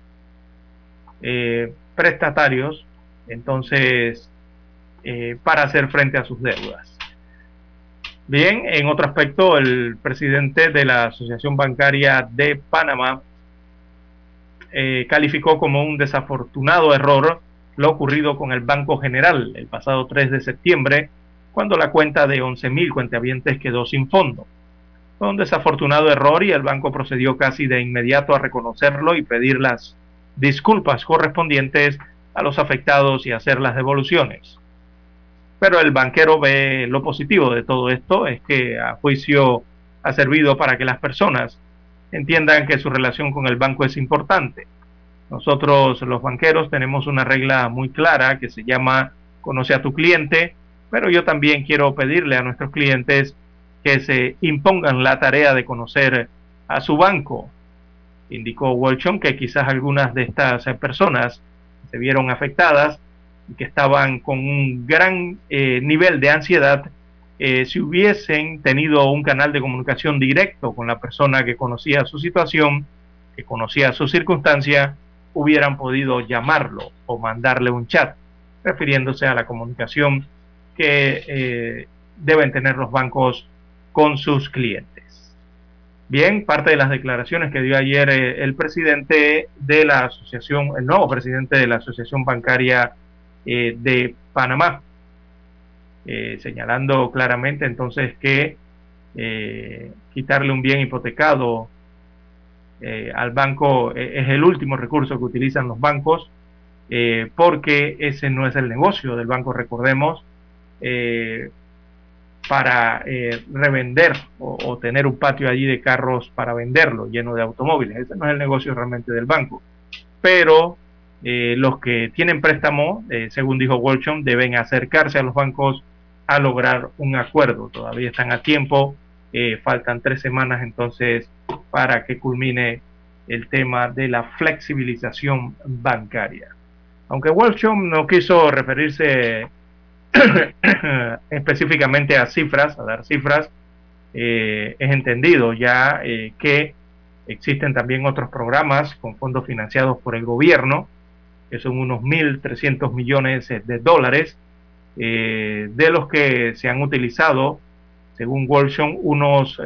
prestatarios, entonces, para hacer frente a sus deudas. Bien, en otro aspecto, el presidente de la Asociación Bancaria de Panamá calificó como un desafortunado error lo ocurrido con el Banco General el pasado 3 de septiembre, cuando la cuenta de 11.000 cuentavientes quedó sin fondo. Fue un desafortunado error y el banco procedió casi de inmediato a reconocerlo y pedir las disculpas correspondientes a los afectados y hacer las devoluciones. Pero el banquero ve lo positivo de todo esto, es que a juicio ha servido para que las personas entiendan que su relación con el banco es importante. Nosotros los banqueros tenemos una regla muy clara que se llama conoce a tu cliente, pero yo también quiero pedirle a nuestros clientes que se impongan la tarea de conocer a su banco. Indicó Wolchon que quizás algunas de estas personas se vieron afectadas y que estaban con un gran nivel de ansiedad si hubiesen tenido un canal de comunicación directo con la persona que conocía su situación, que conocía su circunstancia, hubieran podido llamarlo o mandarle un chat, refiriéndose a la comunicación que deben tener los bancos con sus clientes. Bien, parte de las declaraciones que dio ayer el presidente de la asociación, el nuevo presidente de la Asociación Bancaria de Panamá, señalando claramente entonces que quitarle un bien hipotecado al banco es el último recurso que utilizan los bancos, porque ese no es el negocio del banco, recordemos, para revender o tener un patio allí de carros para venderlo lleno de automóviles. Ese no es el negocio realmente del banco. Pero los que tienen préstamo, según dijo Wolchon, deben acercarse a los bancos a lograr un acuerdo. Todavía están a tiempo, faltan 3 semanas entonces para que culmine el tema de la flexibilización bancaria. Aunque Wolchon no quiso referirse específicamente a cifras, a dar cifras, es entendido ya que existen también otros programas con fondos financiados por el gobierno, que son unos 1.300 millones de dólares, de los que se han utilizado, según Wolchon, unos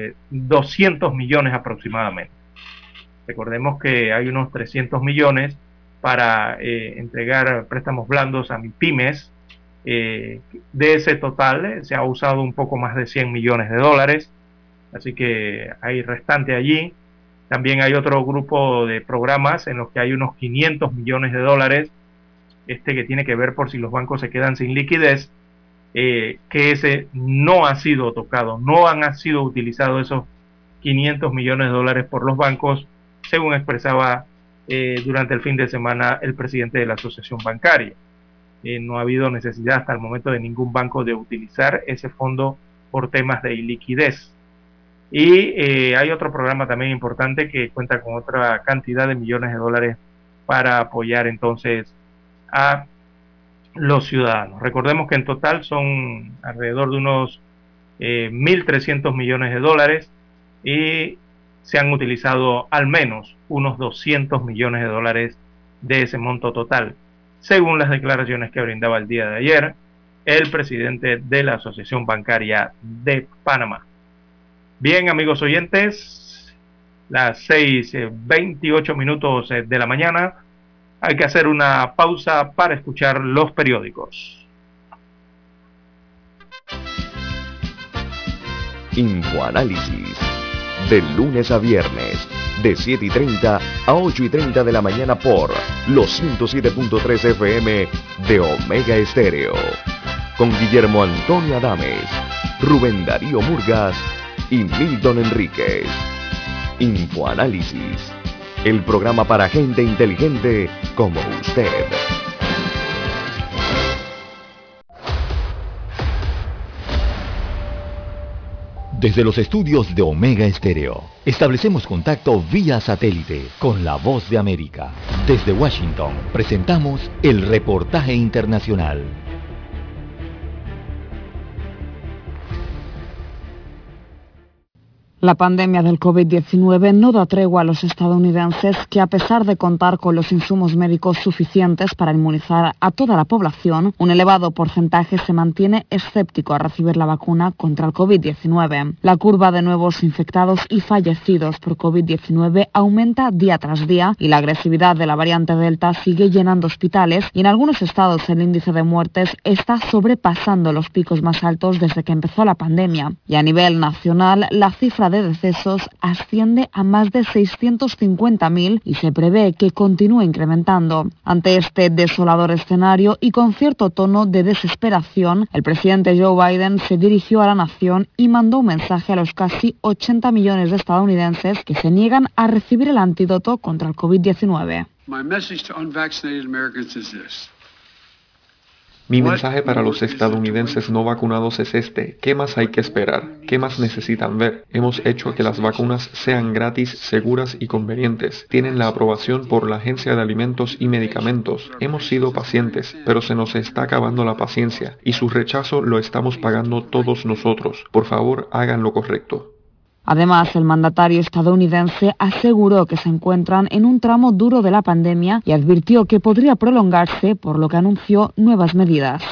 200 millones aproximadamente. Recordemos que hay unos 300 millones para entregar préstamos blandos a MIPYMES. De ese total se ha usado un poco más de 100 millones de dólares, así que hay restante allí. También hay otro grupo de programas en los que hay unos 500 millones de dólares, que tiene que ver por si los bancos se quedan sin liquidez, que ese no ha sido tocado, no han sido utilizados esos 500 millones de dólares por los bancos, según expresaba durante el fin de semana el presidente de la Asociación Bancaria. No ha habido necesidad hasta el momento de ningún banco de utilizar ese fondo por temas de iliquidez. Y hay otro programa también importante que cuenta con otra cantidad de millones de dólares para apoyar entonces a los ciudadanos. Recordemos que en total son alrededor de unos 1.300 millones de dólares y se han utilizado al menos unos 200 millones de dólares de ese monto total, según las declaraciones que brindaba el día de ayer el presidente de la Asociación Bancaria de Panamá. Bien, amigos oyentes, las 6:28 minutos de la mañana, hay que hacer una pausa para escuchar los periódicos. Infoanálisis, de lunes a viernes, de 7:30 a 8:30 de la mañana por los 107.3 FM de Omega Estéreo. Con Guillermo Antonio Adames, Rubén Darío Murgas y Milton Enríquez. Infoanálisis, el programa para gente inteligente como usted. Desde los estudios de Omega Estéreo, establecemos contacto vía satélite con la Voz de América. Desde Washington, presentamos el reportaje internacional. La pandemia del COVID-19 no da tregua a los estadounidenses que, a pesar de contar con los insumos médicos suficientes para inmunizar a toda la población, un elevado porcentaje se mantiene escéptico a recibir la vacuna contra el COVID-19. La curva de nuevos infectados y fallecidos por COVID-19 aumenta día tras día y la agresividad de la variante Delta sigue llenando hospitales y en algunos estados el índice de muertes está sobrepasando los picos más altos desde que empezó la pandemia. Y a nivel nacional, la cifra de decesos asciende a más de 650.000 y se prevé que continúe incrementando. Ante este desolador escenario y con cierto tono de desesperación, el presidente Joe Biden se dirigió a la nación y mandó un mensaje a los casi 80 millones de estadounidenses que se niegan a recibir el antídoto contra el COVID-19. Mi mensaje para los estadounidenses no vacunados es este: ¿qué más hay que esperar? ¿Qué más necesitan ver? Hemos hecho que las vacunas sean gratis, seguras y convenientes. Tienen la aprobación por la Agencia de Alimentos y Medicamentos. Hemos sido pacientes, pero se nos está acabando la paciencia y su rechazo lo estamos pagando todos nosotros. Por favor, hagan lo correcto. Además, el mandatario estadounidense aseguró que se encuentran en un tramo duro de la pandemia y advirtió que podría prolongarse, por lo que anunció nuevas medidas.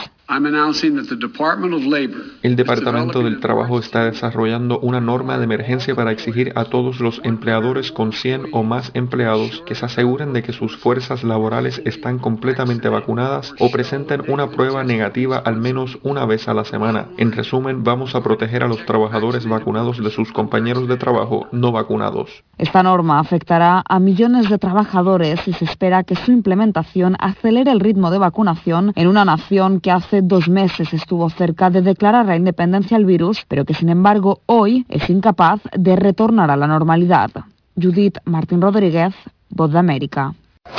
El Departamento del Trabajo está desarrollando una norma de emergencia para exigir a todos los empleadores con 100 o más empleados que se aseguren de que sus fuerzas laborales están completamente vacunadas o presenten una prueba negativa al menos una vez a la semana. En resumen, vamos a proteger a los trabajadores vacunados de sus compañeros de trabajo no vacunados. Esta norma afectará a millones de trabajadores y se espera que su implementación acelere el ritmo de vacunación en una nación que hace 2 meses estuvo cerca de declarar la independencia al virus, pero que sin embargo hoy es incapaz de retornar a la normalidad. Judith Martín Rodríguez, Voz de América.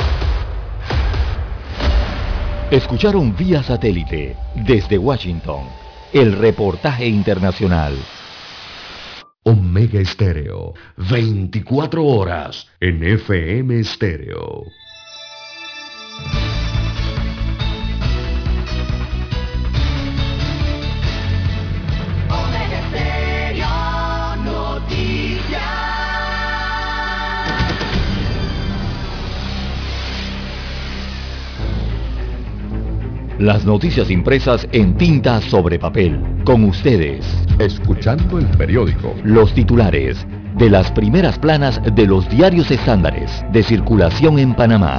Escucharon vía satélite desde Washington el reportaje internacional. Omega Estéreo, 24 horas en FM Estéreo. Las noticias impresas en tinta sobre papel. Con ustedes. Escuchando el periódico. Los titulares de las primeras planas de los diarios estándares de circulación en Panamá.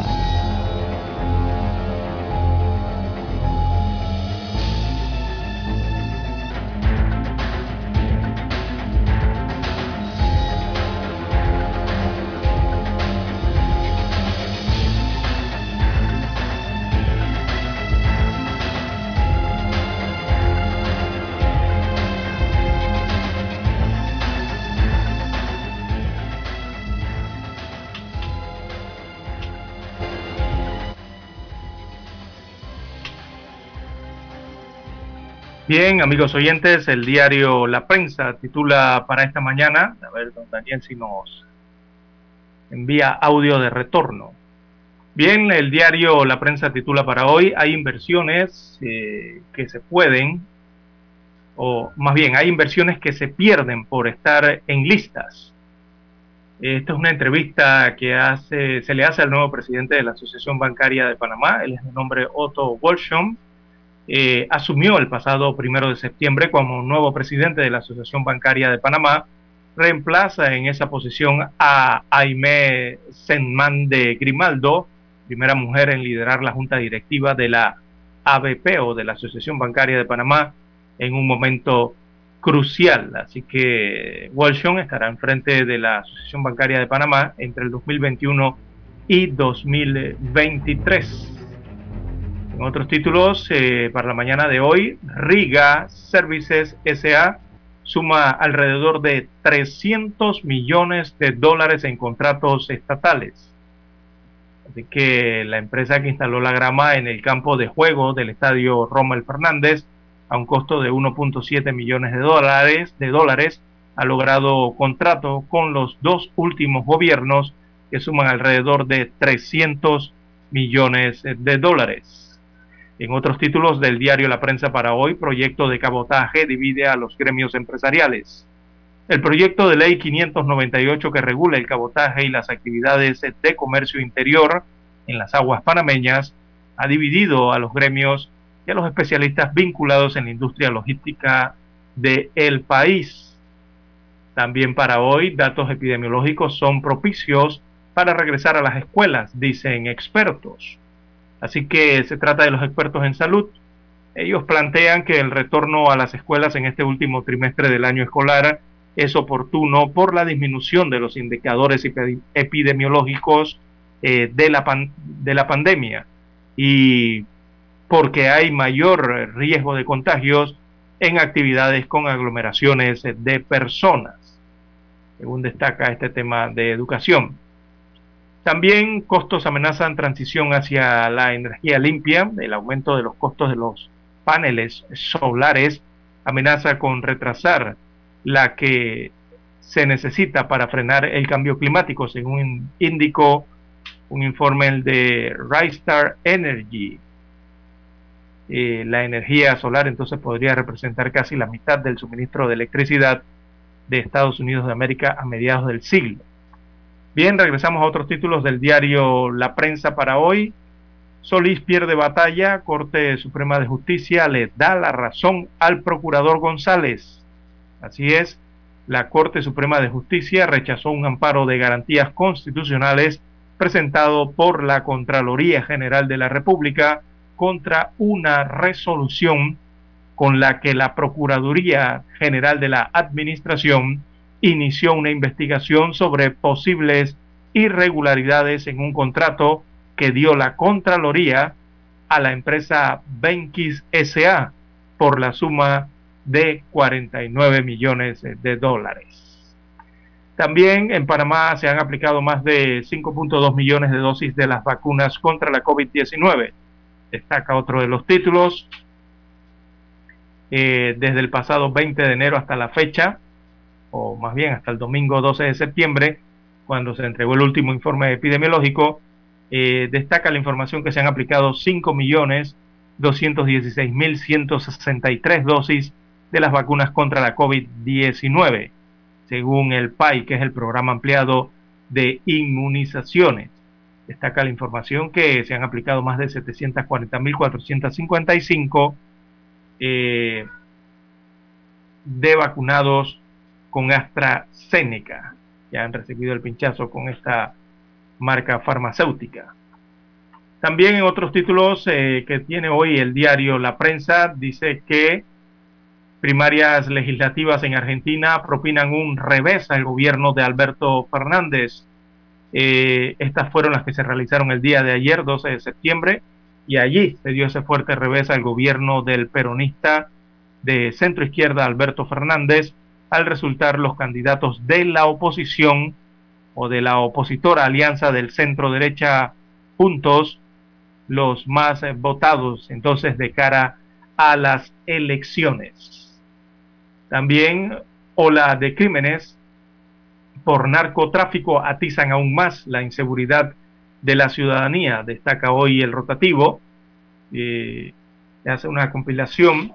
Bien, amigos oyentes, el diario La Prensa titula para esta mañana, a ver, don Daniel, si nos envía audio de retorno. Bien, el diario La Prensa titula para hoy, hay inversiones que se pueden, o más bien, hay inversiones que se pierden por estar en listas. Esta es una entrevista que se le hace al nuevo presidente de la Asociación Bancaria de Panamá, él es de nombre Otto Walsham. Asumió el pasado 1 de septiembre como nuevo presidente de la Asociación Bancaria de Panamá. Reemplaza en esa posición a Aimé Senman de Grimaldo, primera mujer en liderar la junta directiva de la ABP o de la Asociación Bancaria de Panamá en un momento crucial. Así que Walsham estará en frente de la Asociación Bancaria de Panamá entre el 2021 y 2023. En otros títulos, para la mañana de hoy, Riga Services S.A. suma alrededor de $300 millones en contratos estatales. Así que la empresa que instaló la grama en el campo de juego del estadio Rommel Fernández a un costo de 1.7 millones de dólares ha logrado contrato con los 2 últimos gobiernos que suman alrededor de $300 millones. En otros títulos del diario La Prensa para hoy, proyecto de cabotaje divide a los gremios empresariales. El proyecto de ley 598 que regula el cabotaje y las actividades de comercio interior en las aguas panameñas ha dividido a los gremios y a los especialistas vinculados en la industria logística del país. También para hoy, datos epidemiológicos son propicios para regresar a las escuelas, dicen expertos. Así que se trata de los expertos en salud. Ellos plantean que el retorno a las escuelas en este último trimestre del año escolar es oportuno por la disminución de los indicadores epidemiológicos de la pandemia y porque hay mayor riesgo de contagios en actividades con aglomeraciones de personas, según destaca este tema de educación. También costos amenazan transición hacia la energía limpia. El aumento de los costos de los paneles solares amenaza con retrasar la que se necesita para frenar el cambio climático, según indicó un informe de Rystad Energy. La energía solar entonces podría representar casi la mitad del suministro de electricidad de Estados Unidos de América a mediados del siglo. Bien, regresamos a otros títulos del diario La Prensa para hoy. Solís pierde batalla, Corte Suprema de Justicia le da la razón al procurador González. Así es, la Corte Suprema de Justicia rechazó un amparo de garantías constitucionales presentado por la Contraloría General de la República contra una resolución con la que la Procuraduría General de la Administración inició una investigación sobre posibles irregularidades en un contrato que dio la Contraloría a la empresa Benquis S.A. por la suma de 49 millones de dólares. También en Panamá se han aplicado más de 5.2 millones de dosis de las vacunas contra la COVID-19. Destaca otro de los títulos. Desde el pasado 20 de enero hasta la fecha, o más bien hasta el domingo 12 de septiembre, cuando se entregó el último informe epidemiológico, destaca la información que se han aplicado 5.216.163 dosis de las vacunas contra la COVID-19, según el PAI, que es el Programa Ampliado de Inmunizaciones. Destaca la información que se han aplicado más de 740.455 de vacunados con AstraZeneca, que han recibido el pinchazo con esta marca farmacéutica. También en otros títulos que tiene hoy el diario La Prensa, dice que primarias legislativas en Argentina propinan un revés al gobierno de Alberto Fernández. Estas fueron las que se realizaron el día de ayer, 12 de septiembre, y allí se dio ese fuerte revés al gobierno del peronista de centro izquierda Alberto Fernández, al resultar los candidatos de la oposición o de la opositora alianza del centro derecha Juntos los más votados entonces de cara a las elecciones. También ola de crímenes por narcotráfico atizan aún más la inseguridad de la ciudadanía, destaca hoy el rotativo. Hace una compilación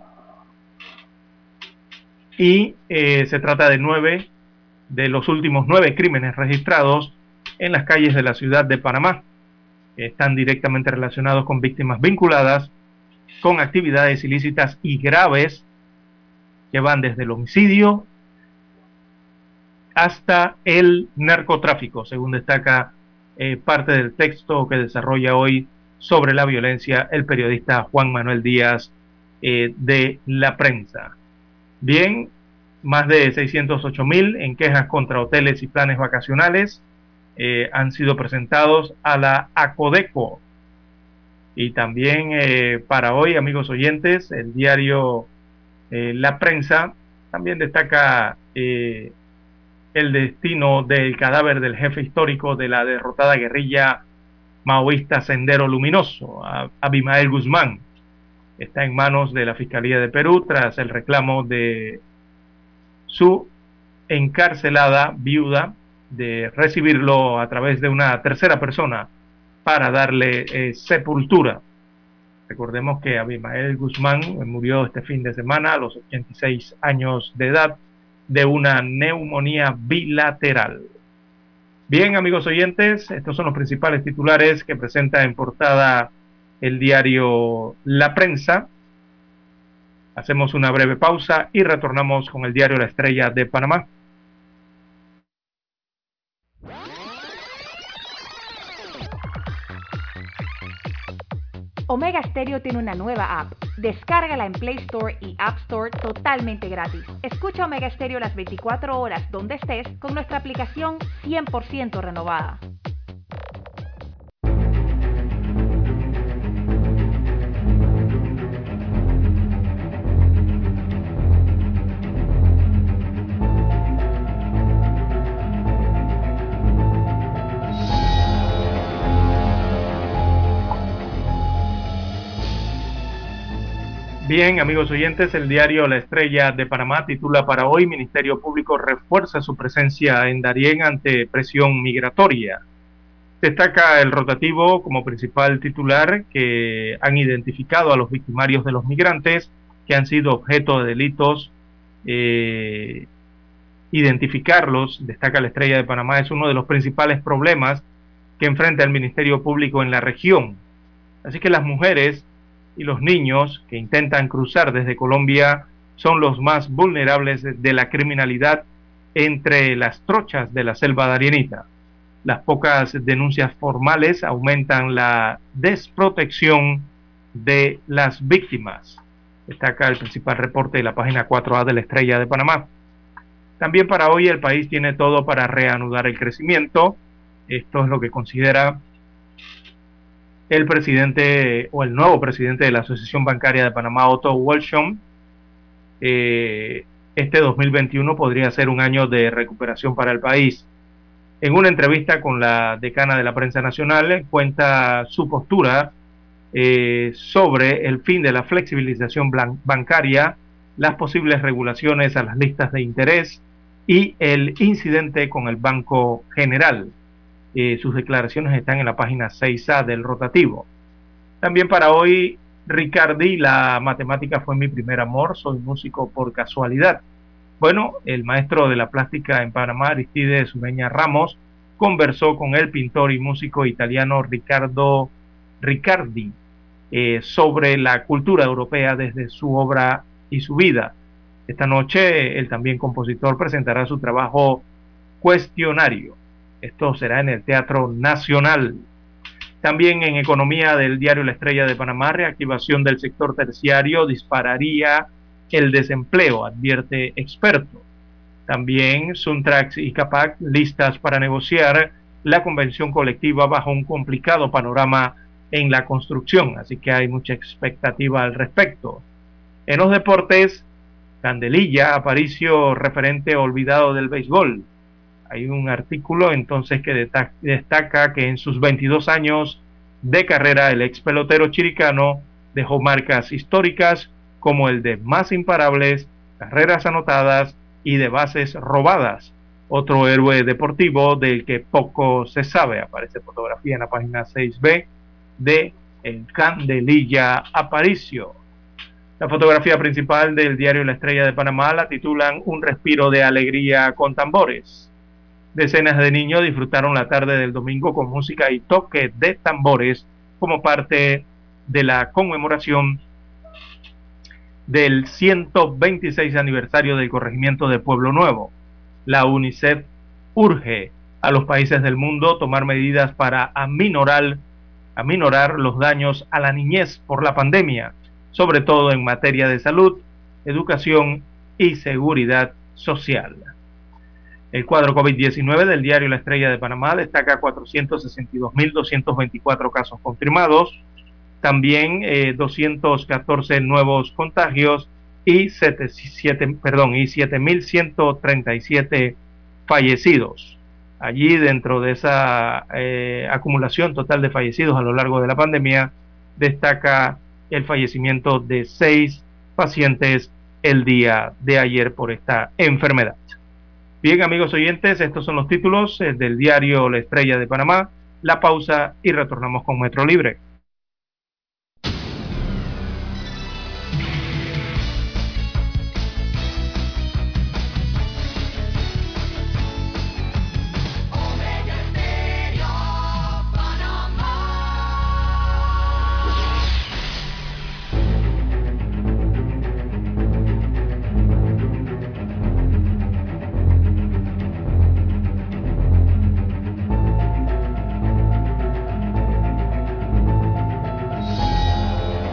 y se trata de 9 de los últimos 9 crímenes registrados en las calles de la ciudad de Panamá. Están directamente relacionados con víctimas vinculadas con actividades ilícitas y graves que van desde el homicidio hasta el narcotráfico, según destaca parte del texto que desarrolla hoy sobre la violencia el periodista Juan Manuel Díaz de La Prensa. Bien, más de 608.000 en quejas contra hoteles y planes vacacionales han sido presentados a la ACODECO. Y también para hoy, amigos oyentes, el diario La Prensa también destaca el destino del cadáver del jefe histórico de la derrotada guerrilla maoísta Sendero Luminoso, Abimael Guzmán. Está en manos de la Fiscalía de Perú tras el reclamo de su encarcelada viuda de recibirlo a través de una tercera persona para darle sepultura. Recordemos que Abimael Guzmán murió este fin de semana a los 86 años de edad de una neumonía bilateral. Bien, amigos oyentes, estos son los principales titulares que presenta en portada el diario La Prensa. Hacemos una breve pausa y retornamos con el diario La Estrella de Panamá. Omega Stereo tiene una nueva app. Descárgala en Play Store y App Store totalmente gratis. Escucha Omega Estéreo las 24 horas donde estés con nuestra aplicación 100% renovada. Bien, amigos oyentes, el diario La Estrella de Panamá titula para hoy: Ministerio Público refuerza su presencia en Darién ante presión migratoria. Destaca el rotativo como principal titular que han identificado a los victimarios de los migrantes que han sido objeto de delitos. Identificarlos, destaca La Estrella de Panamá, es uno de los principales problemas que enfrenta el Ministerio Público en la región. Así que las mujeres y los niños que intentan cruzar desde Colombia son los más vulnerables de la criminalidad entre las trochas de la selva darienita. Las pocas denuncias formales aumentan la desprotección de las víctimas. Destaca el principal reporte de la página 4A de La Estrella de Panamá. También para hoy el país tiene todo para reanudar el crecimiento. Esto es lo que considera el presidente o el nuevo presidente de la Asociación Bancaria de Panamá, Otto Wallström. Este 2021 podría ser un año de recuperación para el país. En una entrevista con la decana de la prensa nacional, cuenta su postura sobre el fin de la flexibilización bancaria, las posibles regulaciones a las listas de interés y el incidente con el Banco General. Sus declaraciones están en la página 6A del rotativo. También para hoy, Ricardi, la matemática fue mi primer amor, soy músico por casualidad. Bueno, el maestro de la plástica en Panamá, Aristides Ureña Ramos, conversó con el pintor y músico italiano Riccardo Ricardi sobre la cultura europea desde su obra y su vida. Esta noche, el también compositor presentará su trabajo Cuestionario. Esto será en el Teatro Nacional. También en economía del diario La Estrella de Panamá, reactivación del sector terciario dispararía el desempleo, advierte experto. También Suntrax y Capac listas para negociar la convención colectiva bajo un complicado panorama en la construcción, así que hay mucha expectativa al respecto. En los deportes, Candelilla, Aparicio, referente olvidado del béisbol. Hay un artículo entonces que destaca que en sus 22 años de carrera el ex pelotero chiricano dejó marcas históricas como el de más imparables, carreras anotadas y de bases robadas. Otro héroe deportivo del que poco se sabe. Aparece fotografía en la página 6B de el Candelilla Aparicio. La fotografía principal del diario La Estrella de Panamá la titulan Un respiro de alegría con tambores. Decenas de niños disfrutaron la tarde del domingo con música y toque de tambores como parte de la conmemoración del 126 aniversario del corregimiento de Pueblo Nuevo. La UNICEF urge a los países del mundo tomar medidas para aminorar los daños a la niñez por la pandemia, sobre todo en materia de salud, educación y seguridad social. El cuadro COVID-19 del diario La Estrella de Panamá destaca 462.224 casos confirmados, también 214 nuevos contagios y 7.137 fallecidos. Allí, dentro de esa acumulación total de fallecidos a lo largo de la pandemia, destaca el fallecimiento de 6 pacientes el día de ayer por esta enfermedad. Bien, amigos oyentes, estos son los títulos del diario La Estrella de Panamá. La pausa y retornamos con Metro Libre.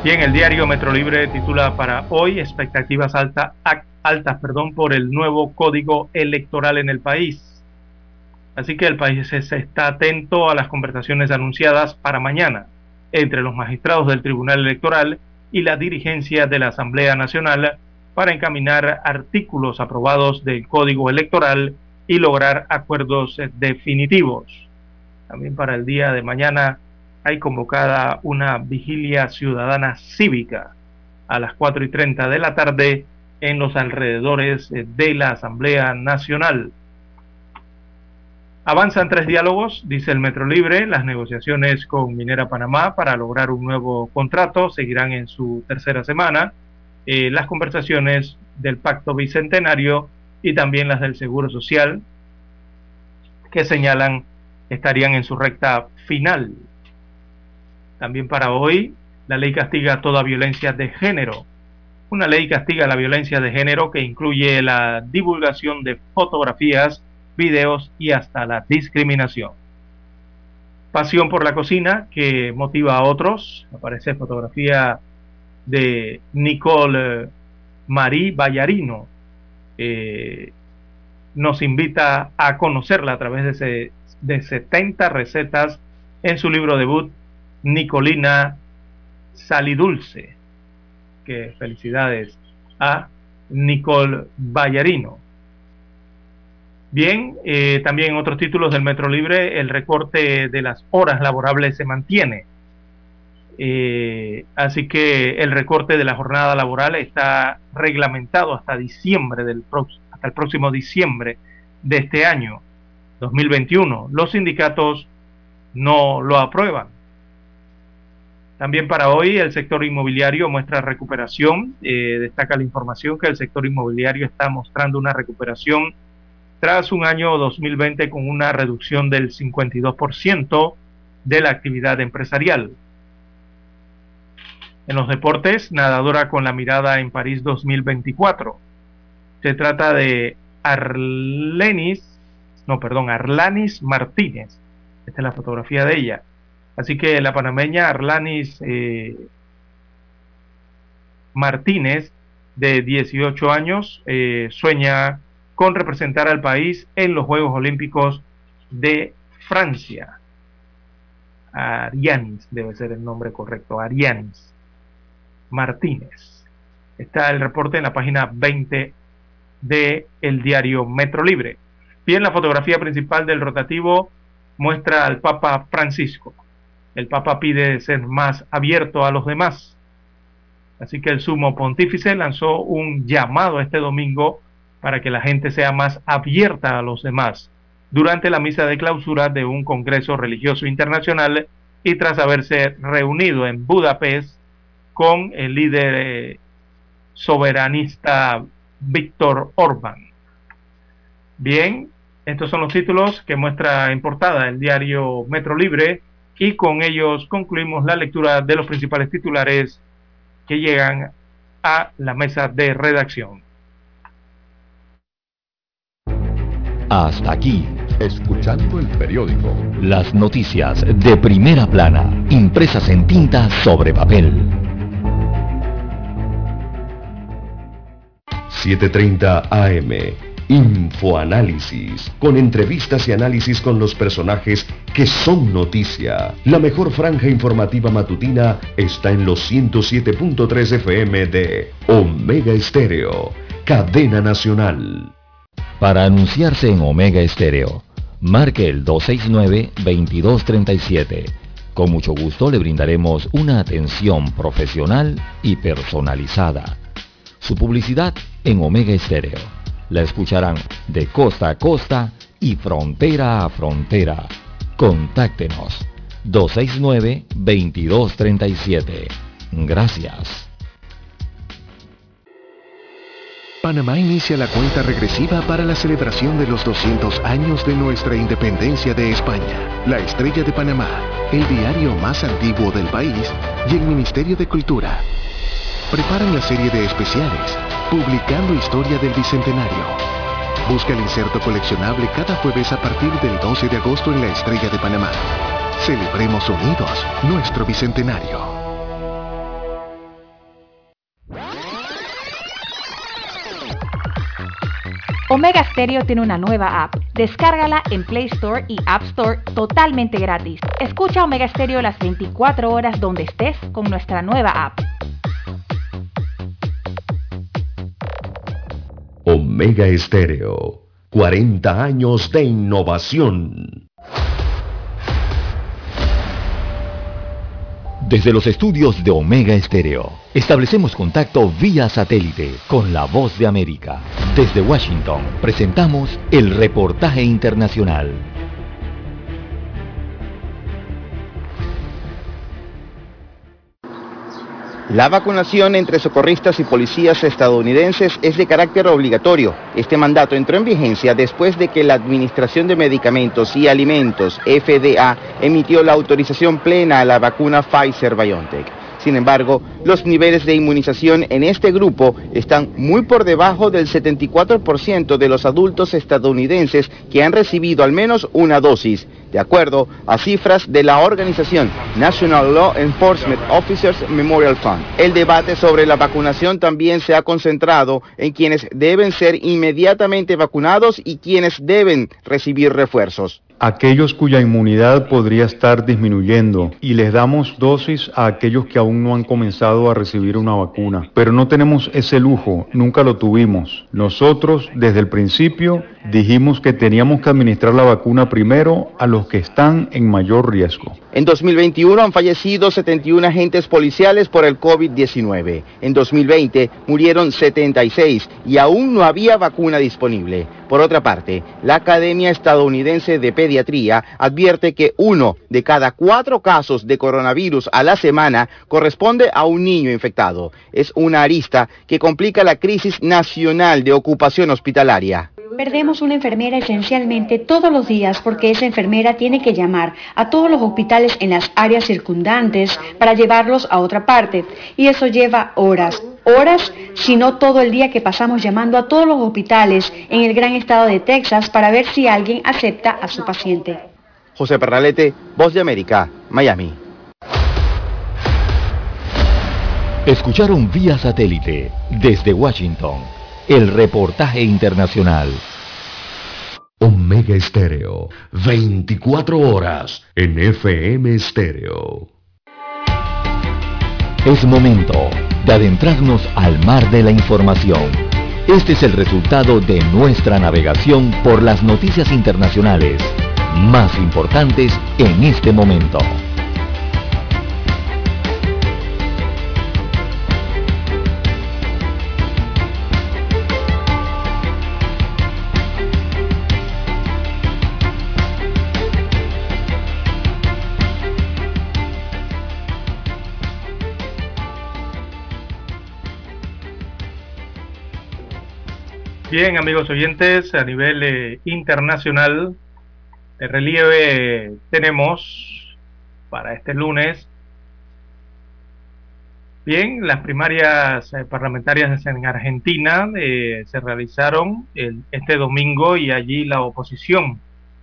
Bien, el diario Metro Libre titula para hoy expectativas altas por el nuevo código electoral en el país. Así que el país se está atento a las conversaciones anunciadas para mañana entre los magistrados del Tribunal Electoral y la dirigencia de la Asamblea Nacional para encaminar artículos aprobados del Código Electoral y lograr acuerdos definitivos. También para el día de mañana hay convocada una vigilia ciudadana cívica a las 4:30 de la tarde en los alrededores de la Asamblea Nacional. Avanzan 3 diálogos, dice el Metro Libre. Las negociaciones con Minera Panamá para lograr un nuevo contrato seguirán en su tercera semana. Las conversaciones del Pacto Bicentenario y también las del Seguro Social, que señalan estarían en su recta final. También para hoy, la ley castiga toda violencia de género. Una ley castiga la violencia de género que incluye la divulgación de fotografías, videos y hasta la discriminación. Pasión por la cocina que motiva a otros. Aparece fotografía de Nicole Marie Ballarino. Nos invita a conocerla a través de 70 recetas en su libro debut, Nicolina Salidulce. Que felicidades a Nicole Ballarino. Bien, también en otros títulos del Metro Libre, el recorte de las horas laborables se mantiene. Así que el recorte de la jornada laboral está reglamentado hasta el próximo diciembre de este año, 2021. Los sindicatos no lo aprueban. También para hoy el sector inmobiliario muestra recuperación. Destaca la información que el sector inmobiliario está mostrando una recuperación tras un año 2020 con una reducción del 52% de la actividad empresarial. En los deportes, nadadora con la mirada en París 2024. Se trata de Arlanis Martínez. Esta es la fotografía de ella. Así que la panameña Arlanis Martínez, de 18 años, sueña con representar al país en los Juegos Olímpicos de Francia. Arianis debe ser el nombre correcto, Arianis Martínez. Está el reporte en la página 20 de el diario Metro Libre. Bien, la fotografía principal del rotativo muestra al Papa Francisco. El Papa pide ser más abierto a los demás. Así que el sumo pontífice lanzó un llamado este domingo para que la gente sea más abierta a los demás durante la misa de clausura de un congreso religioso internacional y tras haberse reunido en Budapest con el líder soberanista Víctor Orbán. Bien, estos son los títulos que muestra en portada el diario Metro Libre y con ellos concluimos la lectura de los principales titulares que llegan a la mesa de redacción. Hasta aquí, Escuchando el periódico. las noticias de primera plana, impresas en tinta sobre papel. 7:30 AM. Infoanálisis, con entrevistas y análisis con los personajes que son noticia. La mejor franja informativa matutina está en los 107.3 FM de Omega Estéreo, cadena nacional. Para anunciarse en Omega Estéreo, marque el 269-2237. Con mucho gusto le brindaremos una atención profesional y personalizada. Su publicidad en Omega Estéreo. La escucharán de costa a costa y frontera a frontera. Contáctenos 269-2237. Gracias. Panamá inicia la cuenta regresiva para la celebración de los 200 años de nuestra independencia de España. La Estrella de Panamá, el diario más antiguo del país, y el Ministerio de Cultura preparan la serie de especiales, publicando historia del Bicentenario. Busca el inserto coleccionable cada jueves a partir del 12 de agosto en La Estrella de Panamá. Celebremos unidos nuestro Bicentenario. Omega Stereo tiene una nueva app. Descárgala en Play Store y App Store totalmente gratis. Escucha Omega Stereo las 24 horas donde estés con nuestra nueva app. Omega Estéreo, 40 años de innovación. Desde los estudios de Omega Estéreo, establecemos contacto vía satélite con la Voz de América. Desde Washington, presentamos el reportaje internacional. La vacunación entre socorristas y policías estadounidenses es de carácter obligatorio. Este mandato entró en vigencia después de que la Administración de Medicamentos y Alimentos, FDA, emitió la autorización plena a la vacuna Pfizer-BioNTech. Sin embargo, los niveles de inmunización en este grupo están muy por debajo del 74% de los adultos estadounidenses que han recibido al menos una dosis, de acuerdo a cifras de la organización National Law Enforcement Officers Memorial Fund. El debate sobre la vacunación también se ha concentrado en quienes deben ser inmediatamente vacunados y quienes deben recibir refuerzos. Aquellos cuya inmunidad podría estar disminuyendo y les damos dosis a aquellos que aún no han comenzado a recibir una vacuna. Pero no tenemos ese lujo, nunca lo tuvimos. Nosotros desde el principio dijimos que teníamos que administrar la vacuna primero a los que están en mayor riesgo. En 2021 han fallecido 71 agentes policiales por el COVID-19. En 2020 murieron 76 y aún no había vacuna disponible. Por otra parte, la Academia Estadounidense de Pediatría advierte que 1 de cada 4 casos de coronavirus a la semana corresponde a un niño infectado. Es una arista que complica la crisis nacional de ocupación hospitalaria. Perdemos una enfermera esencialmente todos los días porque esa enfermera tiene que llamar a todos los hospitales en las áreas circundantes para llevarlos a otra parte. Y eso lleva horas, si no todo el día que pasamos llamando a todos los hospitales en el gran estado de Texas para ver si alguien acepta a su paciente. José Pernalete, Voz de América, Miami. Escucharon vía satélite desde Washington el reportaje internacional. Omega Estéreo, 24 horas en FM Estéreo. Es momento de adentrarnos al mar de la información. Este es el resultado de nuestra navegación por las noticias internacionales más importantes en este momento. Bien, amigos oyentes, a nivel internacional, de relieve tenemos para este lunes, bien, las primarias parlamentarias en Argentina se realizaron este domingo y allí la oposición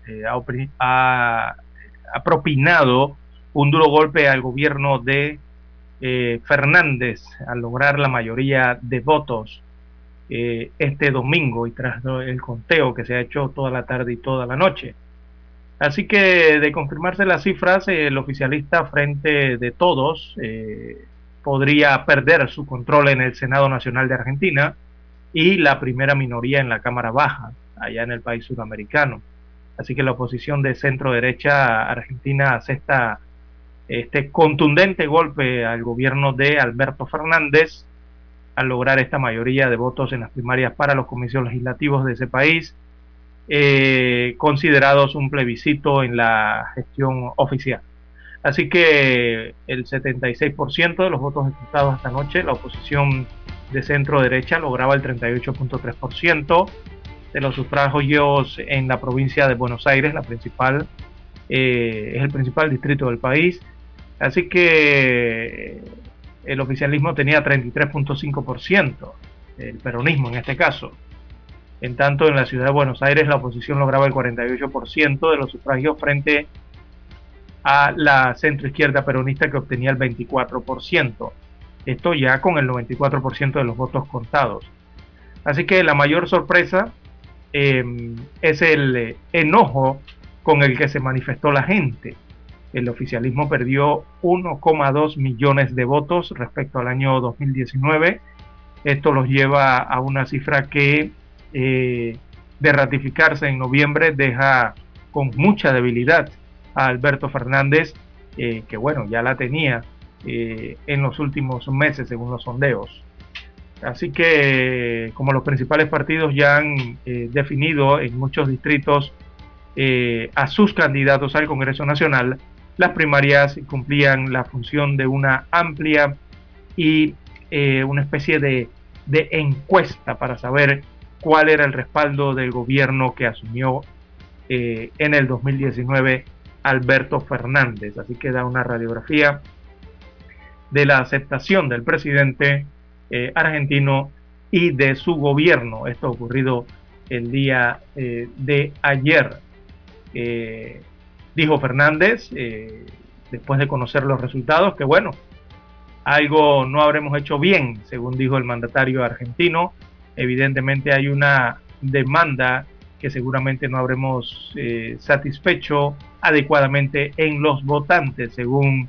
ha propinado un duro golpe al gobierno de Fernández al lograr la mayoría de votos este domingo y tras el conteo que se ha hecho toda la tarde y toda la noche. Así que de confirmarse las cifras, el oficialista Frente de Todos podría perder su control en el Senado Nacional de Argentina y la primera minoría en la Cámara Baja, allá en el país sudamericano. Así que la oposición de centro-derecha argentina asesta este contundente golpe al gobierno de Alberto Fernández al lograr esta mayoría de votos en las primarias para los comicios legislativos de ese país, considerados un plebiscito en la gestión oficial. Así que el 76% de los votos ejecutados esta noche, la oposición de centro-derecha lograba el 38.3% de los sufragios en la provincia de Buenos Aires, la principal, es el principal distrito del país. Así que el oficialismo tenía 33.5%, el peronismo en este caso. En tanto, en la ciudad de Buenos Aires la oposición lograba el 48% de los sufragios frente a la centroizquierda peronista que obtenía el 24%. Esto ya con el 94% de los votos contados. Así que la mayor sorpresa es el enojo con el que se manifestó la gente. El oficialismo perdió 1,2 millones de votos respecto al año 2019. Esto los lleva a una cifra que, de ratificarse en noviembre, deja con mucha debilidad a Alberto Fernández, que bueno, ya la tenía en los últimos meses según los sondeos. Así que, como los principales partidos ya han definido en muchos distritos a sus candidatos al Congreso Nacional, las primarias cumplían la función de una amplia y una especie de encuesta para saber cuál era el respaldo del gobierno que asumió en el 2019 Alberto Fernández. Así que da una radiografía de la aceptación del presidente argentino y de su gobierno. Esto ha ocurrido el día de ayer. Dijo Fernández, después de conocer los resultados, que bueno, algo no habremos hecho bien, según dijo el mandatario argentino. Evidentemente hay una demanda que seguramente no habremos satisfecho adecuadamente en los votantes, según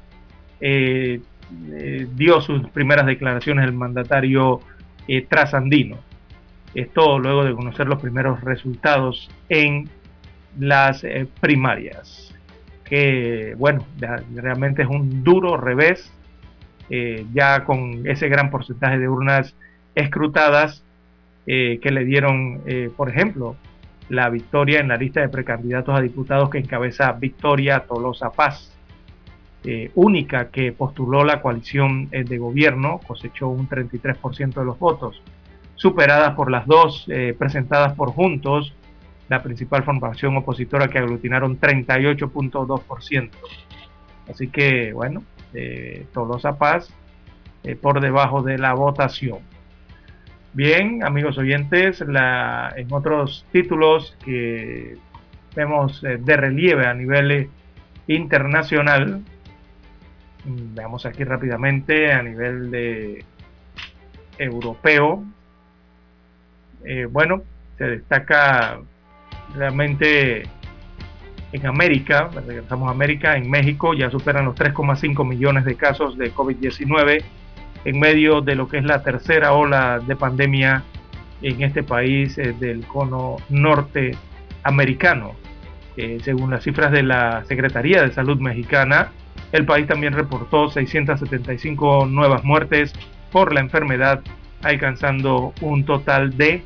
dio sus primeras declaraciones el mandatario trasandino. Esto luego de conocer los primeros resultados en las primarias, que bueno, realmente es un duro revés, ya con ese gran porcentaje de urnas escrutadas que le dieron, por ejemplo, la victoria en la lista de precandidatos a diputados que encabeza Victoria Tolosa Paz, única que postuló la coalición de gobierno, cosechó un 33% de los votos, superadas por las dos presentadas por Juntos, la principal formación opositora, que aglutinaron 38.2%. Así que, bueno, Tolosa Paz por debajo de la votación. Bien, amigos oyentes, en otros títulos que vemos de relieve a nivel internacional, veamos aquí rápidamente a nivel de europeo. Bueno, se destaca realmente en América, regresamos a América, en México ya superan los 3,5 millones de casos de COVID-19 en medio de lo que es la tercera ola de pandemia en este país del cono norteamericano. Según las cifras de la Secretaría de Salud mexicana, el país también reportó 675 nuevas muertes por la enfermedad, alcanzando un total de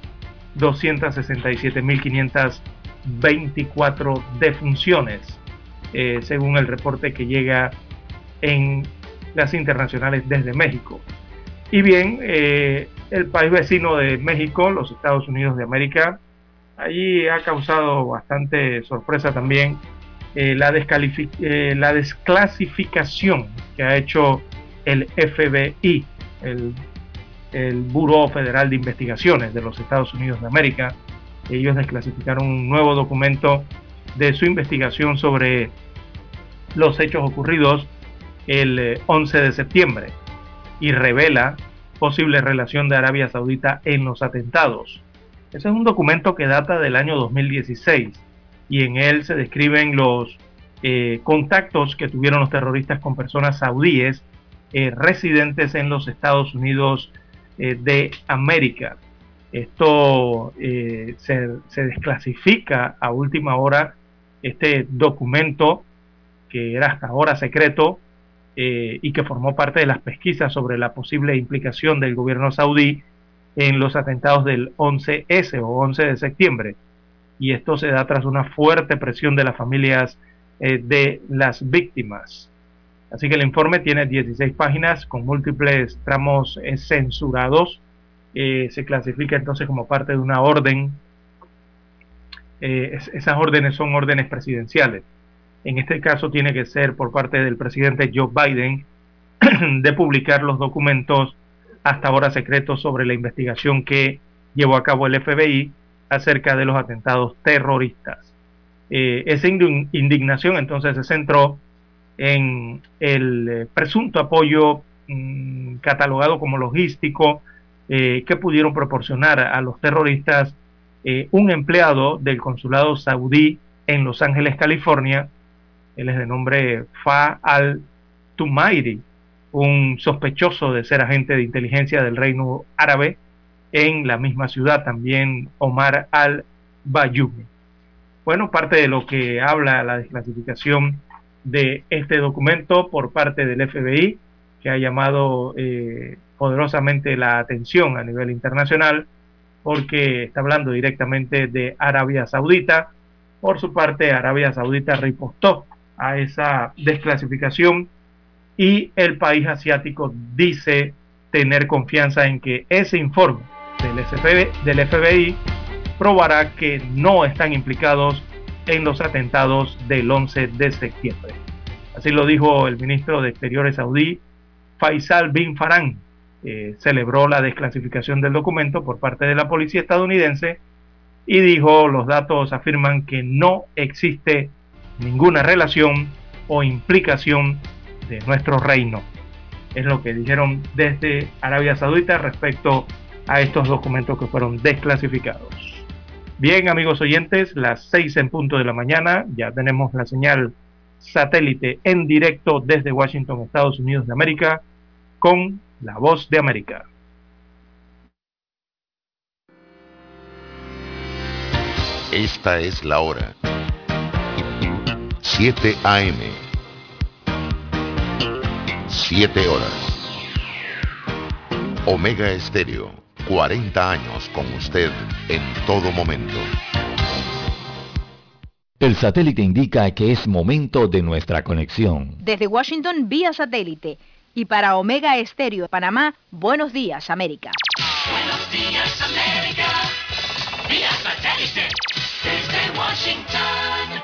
267.524 defunciones, según el reporte que llega en las internacionales desde México. Y bien, el país vecino de México, los Estados Unidos de América, allí ha causado bastante sorpresa también la desclasificación que ha hecho el FBI, el Buró Federal de Investigaciones de los Estados Unidos de América. Ellos desclasificaron un nuevo documento de su investigación sobre los hechos ocurridos el 11 de septiembre y revela posible relación de Arabia Saudita en los atentados. Ese es un documento que data del año 2016 y en él se describen los contactos que tuvieron los terroristas con personas saudíes residentes en los Estados Unidos de América. Esto se desclasifica a última hora, este documento que era hasta ahora secreto y que formó parte de las pesquisas sobre la posible implicación del gobierno saudí en los atentados del 11S o 11 de septiembre. Y esto se da tras una fuerte presión de las familias de las víctimas. Así que el informe tiene 16 páginas con múltiples tramos censurados. Se clasifica entonces como parte de una orden. Esas órdenes son órdenes presidenciales. En este caso tiene que ser por parte del presidente Joe Biden de publicar los documentos hasta ahora secretos sobre la investigación que llevó a cabo el FBI acerca de los atentados terroristas. Esa indignación entonces se centró en el presunto apoyo catalogado como logístico que pudieron proporcionar a los terroristas un empleado del consulado saudí en Los Ángeles, California. Él es de nombre Fa al-Tumairi, un sospechoso de ser agente de inteligencia del Reino Árabe en la misma ciudad, también Omar al-Bayoumi. Bueno, parte de lo que habla la desclasificación de este documento por parte del FBI, que ha llamado poderosamente la atención a nivel internacional, porque está hablando directamente de Arabia Saudita. Por su parte, Arabia Saudita ripostó a esa desclasificación y el país asiático dice tener confianza en que ese informe del FBI probará que no están implicados en los atentados del 11 de septiembre. Así lo dijo el ministro de Exteriores saudí, Faisal bin Farhan. Celebró la desclasificación del documento por parte de la policía estadounidense y dijo: los datos afirman que no existe ninguna relación o implicación de nuestro reino. Es lo que dijeron desde Arabia Saudita respecto a estos documentos que fueron desclasificados. Bien, amigos oyentes, las 6 en punto de la mañana, ya tenemos la señal satélite en directo desde Washington, Estados Unidos de América, con La Voz de América. Esta es la hora. 7 AM. 7 horas. Omega Estéreo, 40 años con usted en todo momento. El satélite indica que es momento de nuestra conexión. Desde Washington, vía satélite. Y para Omega Estéreo de Panamá, buenos días, América. Buenos días, América. Vía satélite. Desde Washington.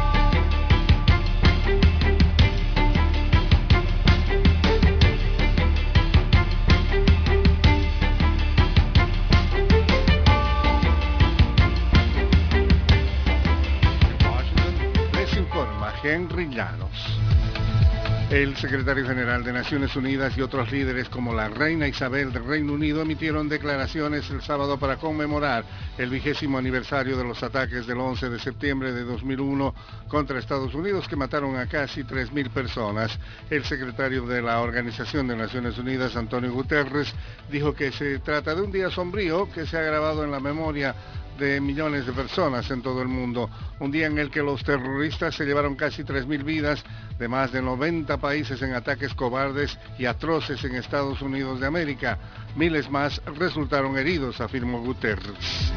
Les informa Henry Llanos. El secretario general de Naciones Unidas y otros líderes como la reina Isabel del Reino Unido emitieron declaraciones el sábado para conmemorar el 20º aniversario de los ataques del 11 de septiembre de 2001 contra Estados Unidos, que mataron a casi 3.000 personas. El secretario de la Organización de Naciones Unidas, Antonio Guterres, dijo que se trata de un día sombrío que se ha grabado en la memoria de millones de personas en todo el mundo. Un día en el que los terroristas se llevaron casi 3.000 vidas de más de 90 países en ataques cobardes y atroces en Estados Unidos de América. Miles más resultaron heridos, afirmó Guterres.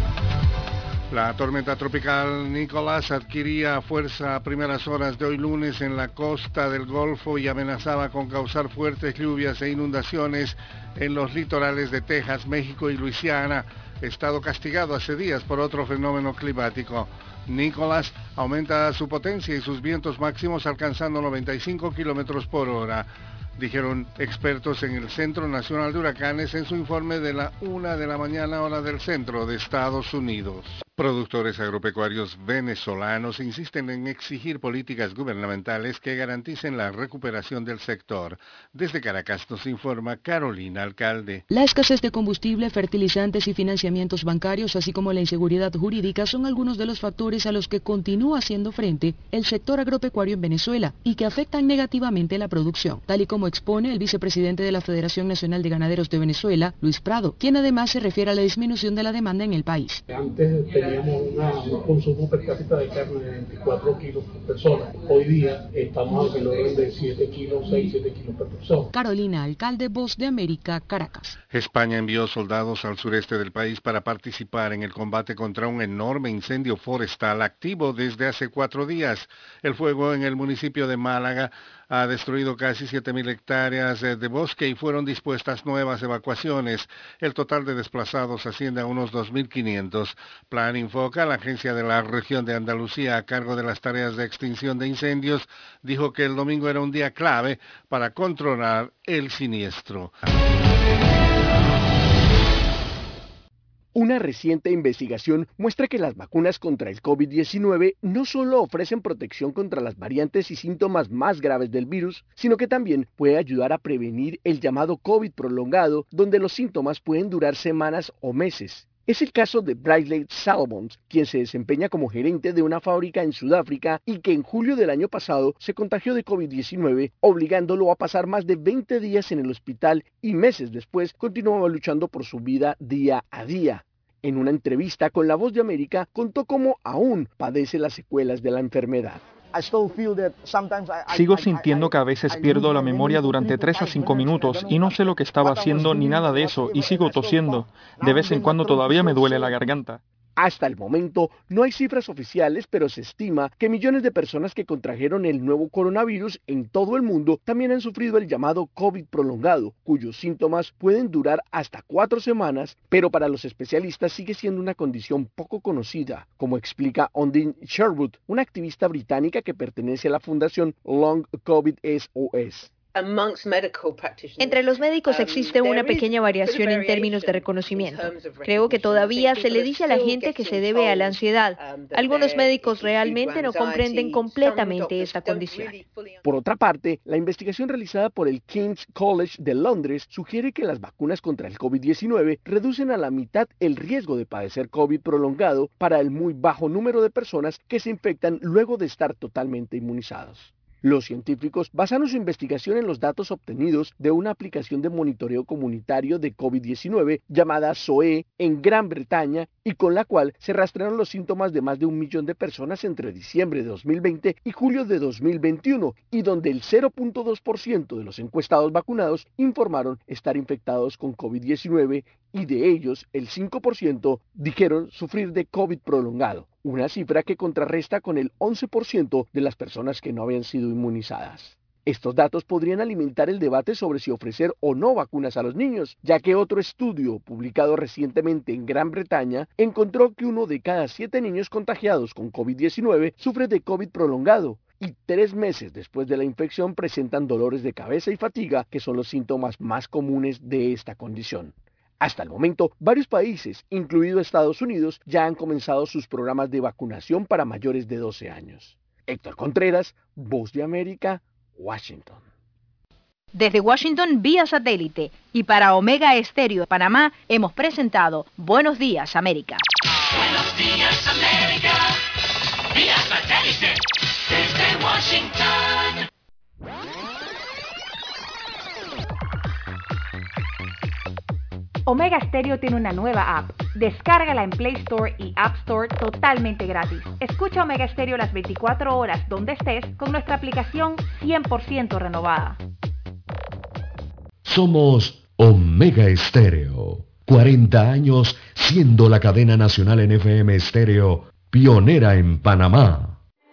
La tormenta tropical Nicolás adquiría fuerza a primeras horas de hoy lunes en la costa del Golfo y amenazaba con causar fuertes lluvias e inundaciones en los litorales de Texas, México y Luisiana, estado castigado hace días por otro fenómeno climático. Nicolás aumenta su potencia y sus vientos máximos alcanzando 95 kilómetros por hora, dijeron expertos en el Centro Nacional de Huracanes en su informe de la 1 de la mañana hora del centro de Estados Unidos. Productores agropecuarios venezolanos insisten en exigir políticas gubernamentales que garanticen la recuperación del sector. Desde Caracas nos informa Carolina Alcalde. La escasez de combustible, fertilizantes y financiamientos bancarios, así como la inseguridad jurídica, son algunos de los factores a los que continúa haciendo frente el sector agropecuario en Venezuela y que afectan negativamente la producción, tal y como expone el vicepresidente de la Federación Nacional de Ganaderos de Venezuela, Luis Prado, quien además se refiere a la disminución de la demanda en el país. Antes teníamos un consumo per cápita de carne de 24 kilos por persona. Hoy día estamos al orden de 7 kilos, 6-7 kilos por persona. Carolina Alcalde, Voz de América, Caracas. España envió soldados al sureste del país para participar en el combate contra un enorme incendio forestal activo desde hace 4 días. El fuego en el municipio de Málaga ha destruido casi 7.000 hectáreas de bosque y fueron dispuestas nuevas evacuaciones. El total de desplazados asciende a unos 2.500. Plan Infoca, la agencia de la región de Andalucía a cargo de las tareas de extinción de incendios, dijo que el domingo era un día clave para controlar el siniestro. Una reciente investigación muestra que las vacunas contra el COVID-19 no solo ofrecen protección contra las variantes y síntomas más graves del virus, sino que también puede ayudar a prevenir el llamado COVID prolongado, donde los síntomas pueden durar semanas o meses. Es el caso de Bradley Salomons, quien se desempeña como gerente de una fábrica en Sudáfrica y que en julio del año pasado se contagió de COVID-19, obligándolo a pasar más de 20 días en el hospital y meses después continuaba luchando por su vida día a día. En una entrevista con La Voz de América contó cómo aún padece las secuelas de la enfermedad. Sigo sintiendo que a veces pierdo la memoria durante 3 a 5 minutos y no sé lo que estaba haciendo ni nada de eso y sigo tosiendo. De vez en cuando todavía me duele la garganta. Hasta el momento no hay cifras oficiales, pero se estima que millones de personas que contrajeron el nuevo coronavirus en todo el mundo también han sufrido el llamado COVID prolongado, cuyos síntomas pueden durar hasta 4 semanas, pero para los especialistas sigue siendo una condición poco conocida, como explica Ondine Sherwood, una activista británica que pertenece a la fundación Long COVID SOS. Entre los médicos existe una pequeña variación en términos de reconocimiento. Creo que todavía se le dice a la gente que se debe a la ansiedad. Algunos médicos realmente no comprenden completamente esta condición. Por otra parte, la investigación realizada por el King's College de Londres sugiere que las vacunas contra el COVID-19 reducen a la mitad el riesgo de padecer COVID prolongado para el muy bajo número de personas que se infectan luego de estar totalmente inmunizados. Los científicos basaron su investigación en los datos obtenidos de una aplicación de monitoreo comunitario de COVID-19 llamada SOE en Gran Bretaña y con la cual se rastrearon los síntomas de más de 1 millón de personas entre diciembre de 2020 y julio de 2021 y donde el 0.2% de los encuestados vacunados informaron estar infectados con COVID-19 y de ellos el 5% dijeron sufrir de COVID prolongado, una cifra que contrarresta con el 11% de las personas que no habían sido inmunizadas. Estos datos podrían alimentar el debate sobre si ofrecer o no vacunas a los niños, ya que otro estudio publicado recientemente en Gran Bretaña encontró que 1 de cada 7 niños contagiados con COVID-19 sufre de COVID prolongado y 3 meses después de la infección presentan dolores de cabeza y fatiga, que son los síntomas más comunes de esta condición. Hasta el momento, varios países, incluido Estados Unidos, ya han comenzado sus programas de vacunación para mayores de 12 años. Héctor Contreras, Voz de América, Washington. Desde Washington vía satélite y para Omega Estéreo de Panamá hemos presentado Buenos Días América. Buenos días América, vía satélite desde Washington. Omega Stereo tiene una nueva app. Descárgala en Play Store y App Store totalmente gratis. Escucha Omega Stereo las 24 horas donde estés con nuestra aplicación 100% renovada. Somos Omega Estéreo. 40 años siendo la cadena nacional en FM Estéreo, pionera en Panamá.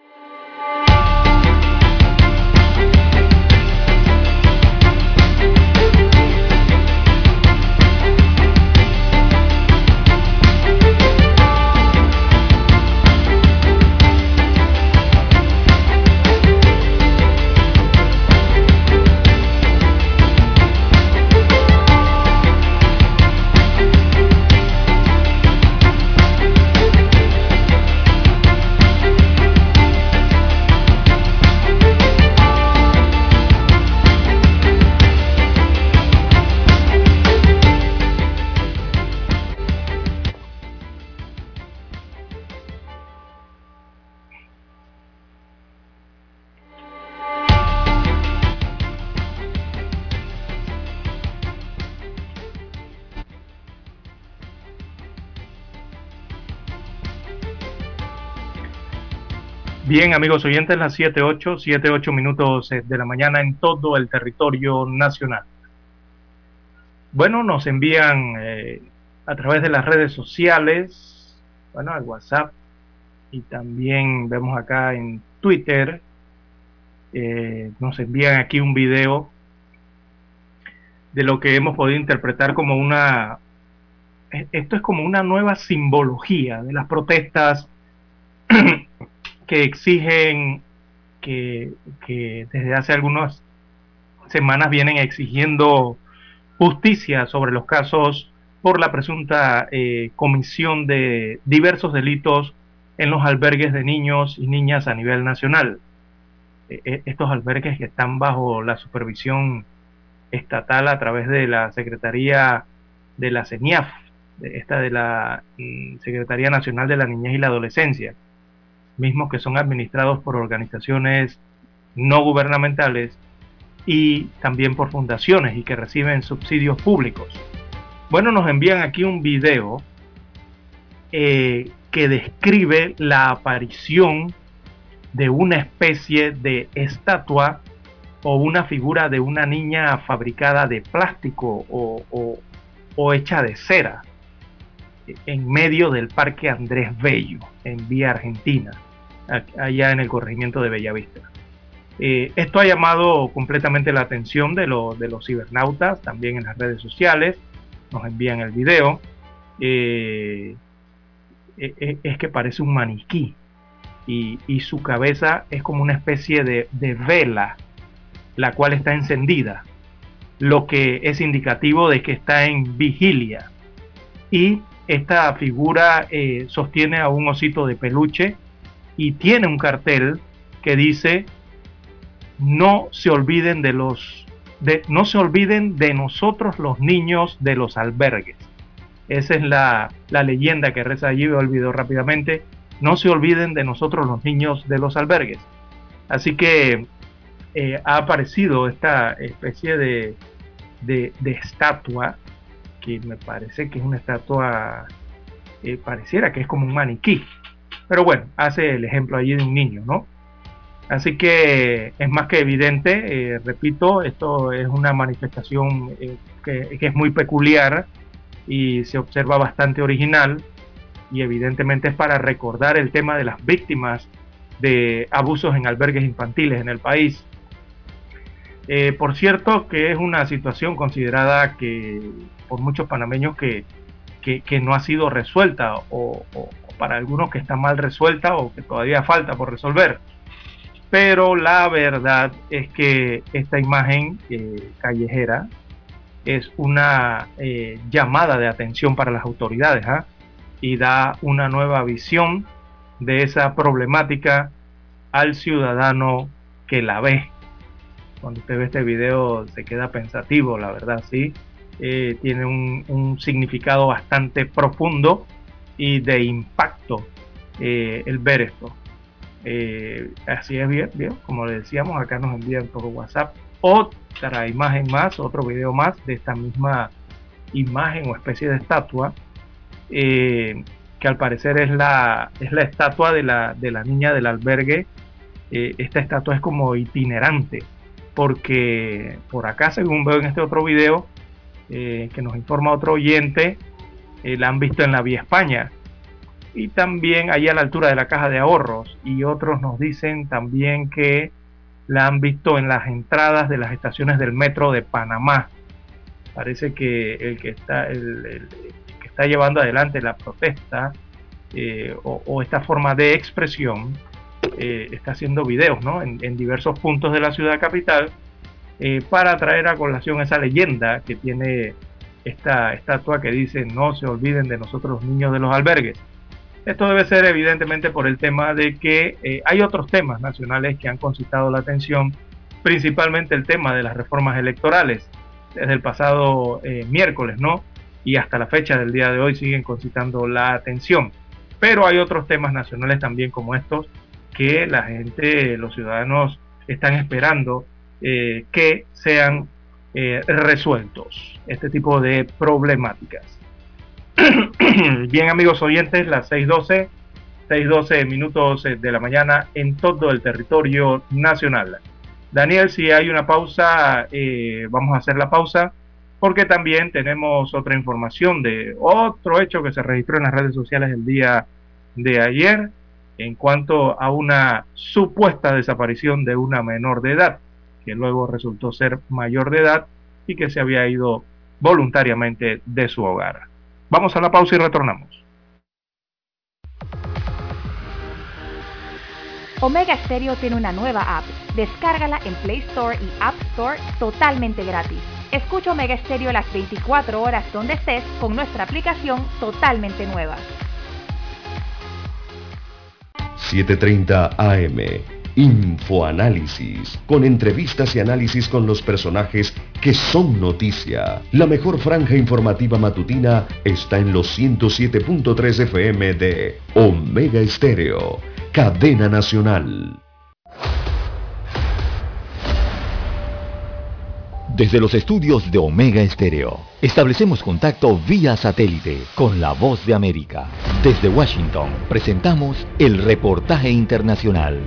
Bien, amigos oyentes, las 7:08 minutos de la mañana en todo el territorio nacional. Bueno, nos envían a través de las redes sociales, bueno, al WhatsApp, y también vemos acá en Twitter, nos envían aquí un video de lo que hemos podido interpretar como esto es como una nueva simbología de las protestas que exigen, que desde hace algunas semanas vienen exigiendo justicia sobre los casos por la presunta comisión de diversos delitos en los albergues de niños y niñas a nivel nacional. Estos albergues que están bajo la supervisión estatal a través de la Secretaría de la CENIAF, esta de la Secretaría Nacional de la Niñez y la Adolescencia, mismos que son administrados por organizaciones no gubernamentales y también por fundaciones y que reciben subsidios públicos. Bueno, nos envían aquí un video que describe la aparición de una especie de estatua o una figura de una niña fabricada de plástico o hecha de cera en medio del Parque Andrés Bello, en Vía Argentina, allá en el corregimiento de Bellavista. Esto ha llamado completamente la atención de los cibernautas, también en las redes sociales, nos envían el video. Es que parece un maniquí y su cabeza es como una especie de vela, la cual está encendida, lo que es indicativo de que está en vigilia. Y esta figura sostiene a un osito de peluche y tiene un cartel que dice: no se olviden no se olviden de nosotros los niños de los albergues. Esa es la leyenda que reza allí. Me olvidó rápidamente: no se olviden de nosotros los niños de los albergues. Así que ha aparecido esta especie de estatua, que me parece que es una estatua, pareciera que es como un maniquí, pero bueno, hace el ejemplo allí de un niño, ¿no? Así que es más que evidente, repito, esto es una manifestación que es muy peculiar y se observa bastante original, y evidentemente es para recordar el tema de las víctimas de abusos en albergues infantiles en el país. Por cierto, que es una situación considerada que por muchos panameños que no ha sido resuelta, o para algunos que está mal resuelta o que todavía falta por resolver. Pero la verdad es que esta imagen callejera es una llamada de atención para las autoridades, y da una nueva visión de esa problemática al ciudadano que la ve. Cuando usted ve este video se queda pensativo, la verdad, sí. Tiene un significado bastante profundo y de impacto el ver esto. Así es, bien, como le decíamos, acá nos envían por WhatsApp otra imagen más, otro video más de esta misma imagen o especie de estatua, que al parecer es la estatua de la niña del albergue. Esta estatua es como itinerante, porque por acá, según veo en este otro video que nos informa otro oyente, la han visto en la Vía España y también ahí a la altura de la Caja de Ahorros, y otros nos dicen también que la han visto en las entradas de las estaciones del metro de Panamá. Parece que el que está llevando adelante la protesta o esta forma de expresión está haciendo videos, ¿no?, en diversos puntos de la ciudad capital, para traer a colación esa leyenda que tiene esta estatua que dice: no se olviden de nosotros los niños de los albergues. Esto debe ser evidentemente por el tema de que hay otros temas nacionales que han concitado la atención, principalmente el tema de las reformas electorales, desde el pasado miércoles, ¿no?, y hasta la fecha del día de hoy siguen concitando la atención. Pero hay otros temas nacionales también como estos que la gente, los ciudadanos, están esperando que sean resueltos, este tipo de problemáticas. Bien, amigos oyentes, las 6:12 minutos de la mañana en todo el territorio nacional. Daniel, si hay una pausa, vamos a hacer la pausa, porque también tenemos otra información de otro hecho que se registró en las redes sociales el día de ayer, en cuanto a una supuesta desaparición de una menor de edad, que luego resultó ser mayor de edad y que se había ido voluntariamente de su hogar. Vamos a la pausa y retornamos. Omega Stereo tiene una nueva app. Descárgala en Play Store y App Store totalmente gratis. Escucha Omega Stereo las 24 horas donde estés con nuestra aplicación totalmente nueva. 7:30 AM. Infoanálisis, con entrevistas y análisis con los personajes que son noticia. La mejor franja informativa matutina está en los 107.3 FM de Omega Estéreo, cadena nacional. Desde los estudios de Omega Estéreo, establecemos contacto vía satélite con la Voz de América. Desde Washington, presentamos el reportaje internacional.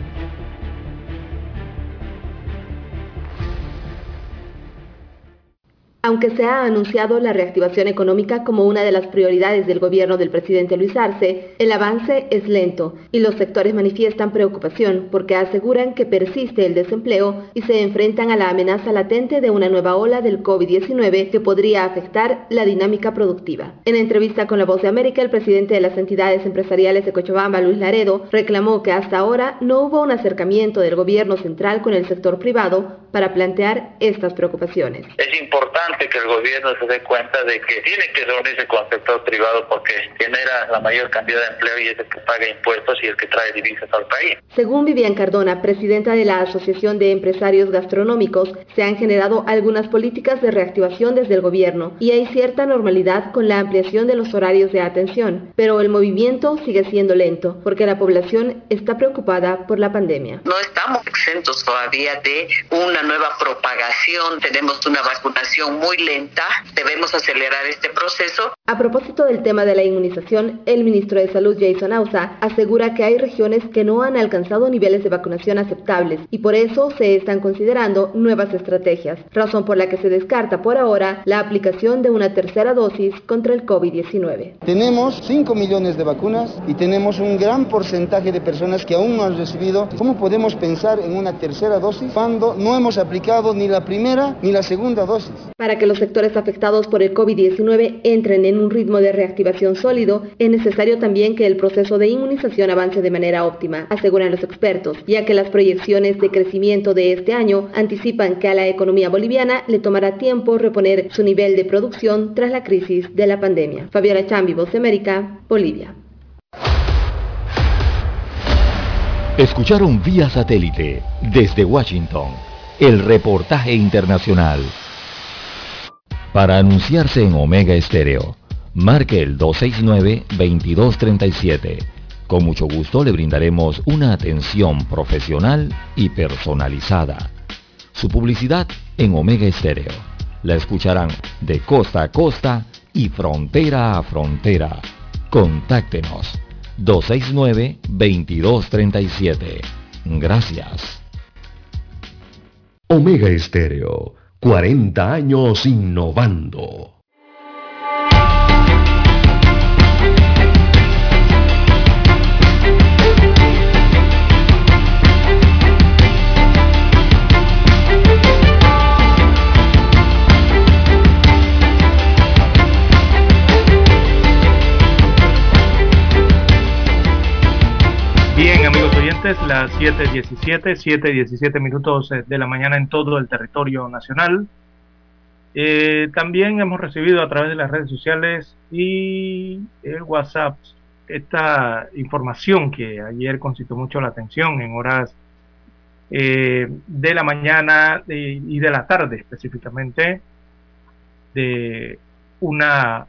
Aunque se ha anunciado la reactivación económica como una de las prioridades del gobierno del presidente Luis Arce, el avance es lento y los sectores manifiestan preocupación porque aseguran que persiste el desempleo y se enfrentan a la amenaza latente de una nueva ola del COVID-19 que podría afectar la dinámica productiva. En entrevista con La Voz de América, el presidente de las entidades empresariales de Cochabamba, Luis Laredo, reclamó que hasta ahora no hubo un acercamiento del gobierno central con el sector privado para plantear estas preocupaciones. Es importante que el gobierno se dé cuenta de que tiene que reunirse con el sector privado porque genera la mayor cantidad de empleo y es el que paga impuestos y el que trae divisas al país. Según Vivian Cardona, presidenta de la Asociación de Empresarios Gastronómicos, se han generado algunas políticas de reactivación desde el gobierno y hay cierta normalidad con la ampliación de los horarios de atención, pero el movimiento sigue siendo lento porque la población está preocupada por la pandemia. No estamos exentos todavía de una nueva propagación, tenemos una vacunación muy lenta, debemos acelerar este proceso. A propósito del tema de la inmunización, el ministro de Salud, Jason Ausa, asegura que hay regiones que no han alcanzado niveles de vacunación aceptables y por eso se están considerando nuevas estrategias, razón por la que se descarta por ahora la aplicación de una tercera dosis contra el COVID-19. Tenemos 5 millones de vacunas y tenemos un gran porcentaje de personas que aún no han recibido. ¿Cómo podemos pensar en una tercera dosis cuando no hemos aplicado ni la primera ni la segunda dosis? Para que los sectores afectados por el COVID-19 entren en un ritmo de reactivación sólido, es necesario también que el proceso de inmunización avance de manera óptima, aseguran los expertos, ya que las proyecciones de crecimiento de este año anticipan que a la economía boliviana le tomará tiempo reponer su nivel de producción tras la crisis de la pandemia. Fabiola Chambi, Voz de América, Bolivia. Escucharon vía satélite desde Washington el reportaje internacional. Para anunciarse en Omega Estéreo, marque el 269-2237. Con mucho gusto le brindaremos una atención profesional y personalizada. Su publicidad en Omega Estéreo. La escucharán de costa a costa y frontera a frontera. Contáctenos 269-2237. Gracias. Omega Estéreo, 40 años innovando. Bien, amigos oyentes, las 7:17 minutos de la mañana en todo el territorio nacional. También hemos recibido a través de las redes sociales y el WhatsApp esta información que ayer concitó mucho la atención en horas de la mañana y de la tarde específicamente, de una,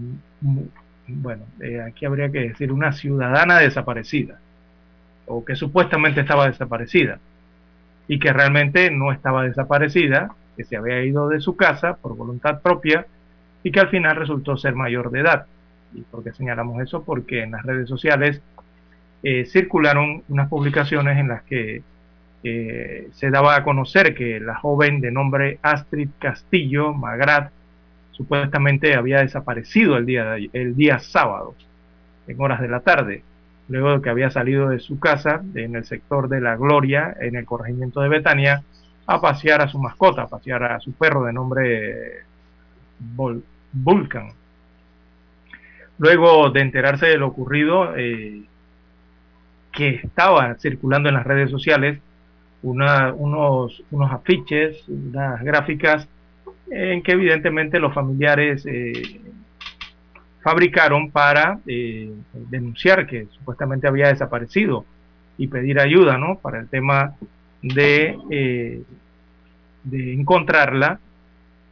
aquí habría que decir una ciudadana desaparecida, o que supuestamente estaba desaparecida, y que realmente no estaba desaparecida, que se había ido de su casa por voluntad propia, y que al final resultó ser mayor de edad. ¿Y por qué señalamos eso? Porque en las redes sociales circularon unas publicaciones en las que se daba a conocer que la joven de nombre Astrid Castillo Magrat supuestamente había desaparecido el día sábado, en horas de la tarde, luego de que había salido de su casa en el sector de La Gloria, en el corregimiento de Betania, a pasear a su mascota, a pasear a su perro de nombre Vulcan. Luego de enterarse de lo ocurrido, que estaba circulando en las redes sociales unos afiches, unas gráficas, en que evidentemente los familiares fabricaron para denunciar que supuestamente había desaparecido y pedir ayuda, ¿no?, para el tema de encontrarla,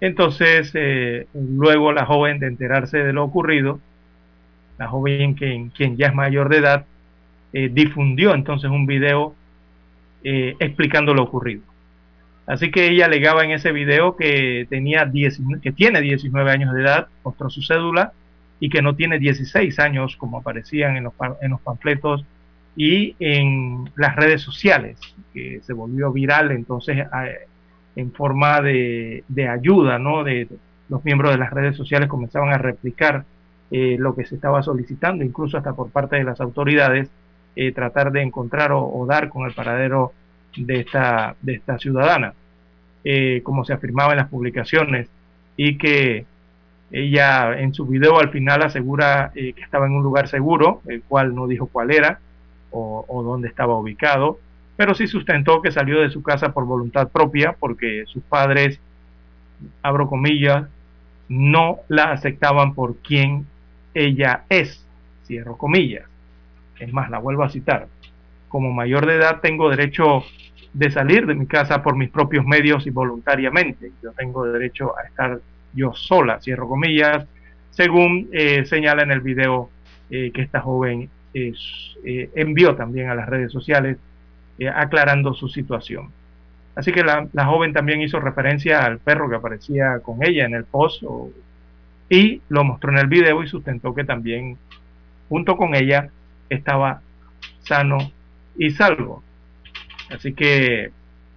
Entonces, luego la joven, de enterarse de lo ocurrido, la joven quien ya es mayor de edad, difundió entonces un video explicando lo ocurrido. Así que ella alegaba en ese video que tiene 19 años de edad, mostró su cédula, y que no tiene 16 años, como aparecían en los panfletos y en las redes sociales, que se volvió viral entonces en forma de ayuda, ¿no? De los miembros de las redes sociales comenzaban a replicar lo que se estaba solicitando, incluso hasta por parte de las autoridades, tratar de encontrar o dar con el paradero de esta ciudadana, como se afirmaba en las publicaciones, y que ella en su video al final asegura que estaba en un lugar seguro, el cual no dijo cuál era o dónde estaba ubicado, pero sí sustentó que salió de su casa por voluntad propia porque sus padres, abro comillas, no la aceptaban por quien ella es, cierro comillas. Es más, la vuelvo a citar: como mayor de edad tengo derecho de salir de mi casa por mis propios medios y voluntariamente. Yo tengo derecho a estar yo sola, cierro comillas, según señala en el video que esta joven envió también a las redes sociales, aclarando su situación. Así que la joven también hizo referencia al perro que aparecía con ella en el post y lo mostró en el video, y sustentó que también junto con ella estaba sano y salvo. Así que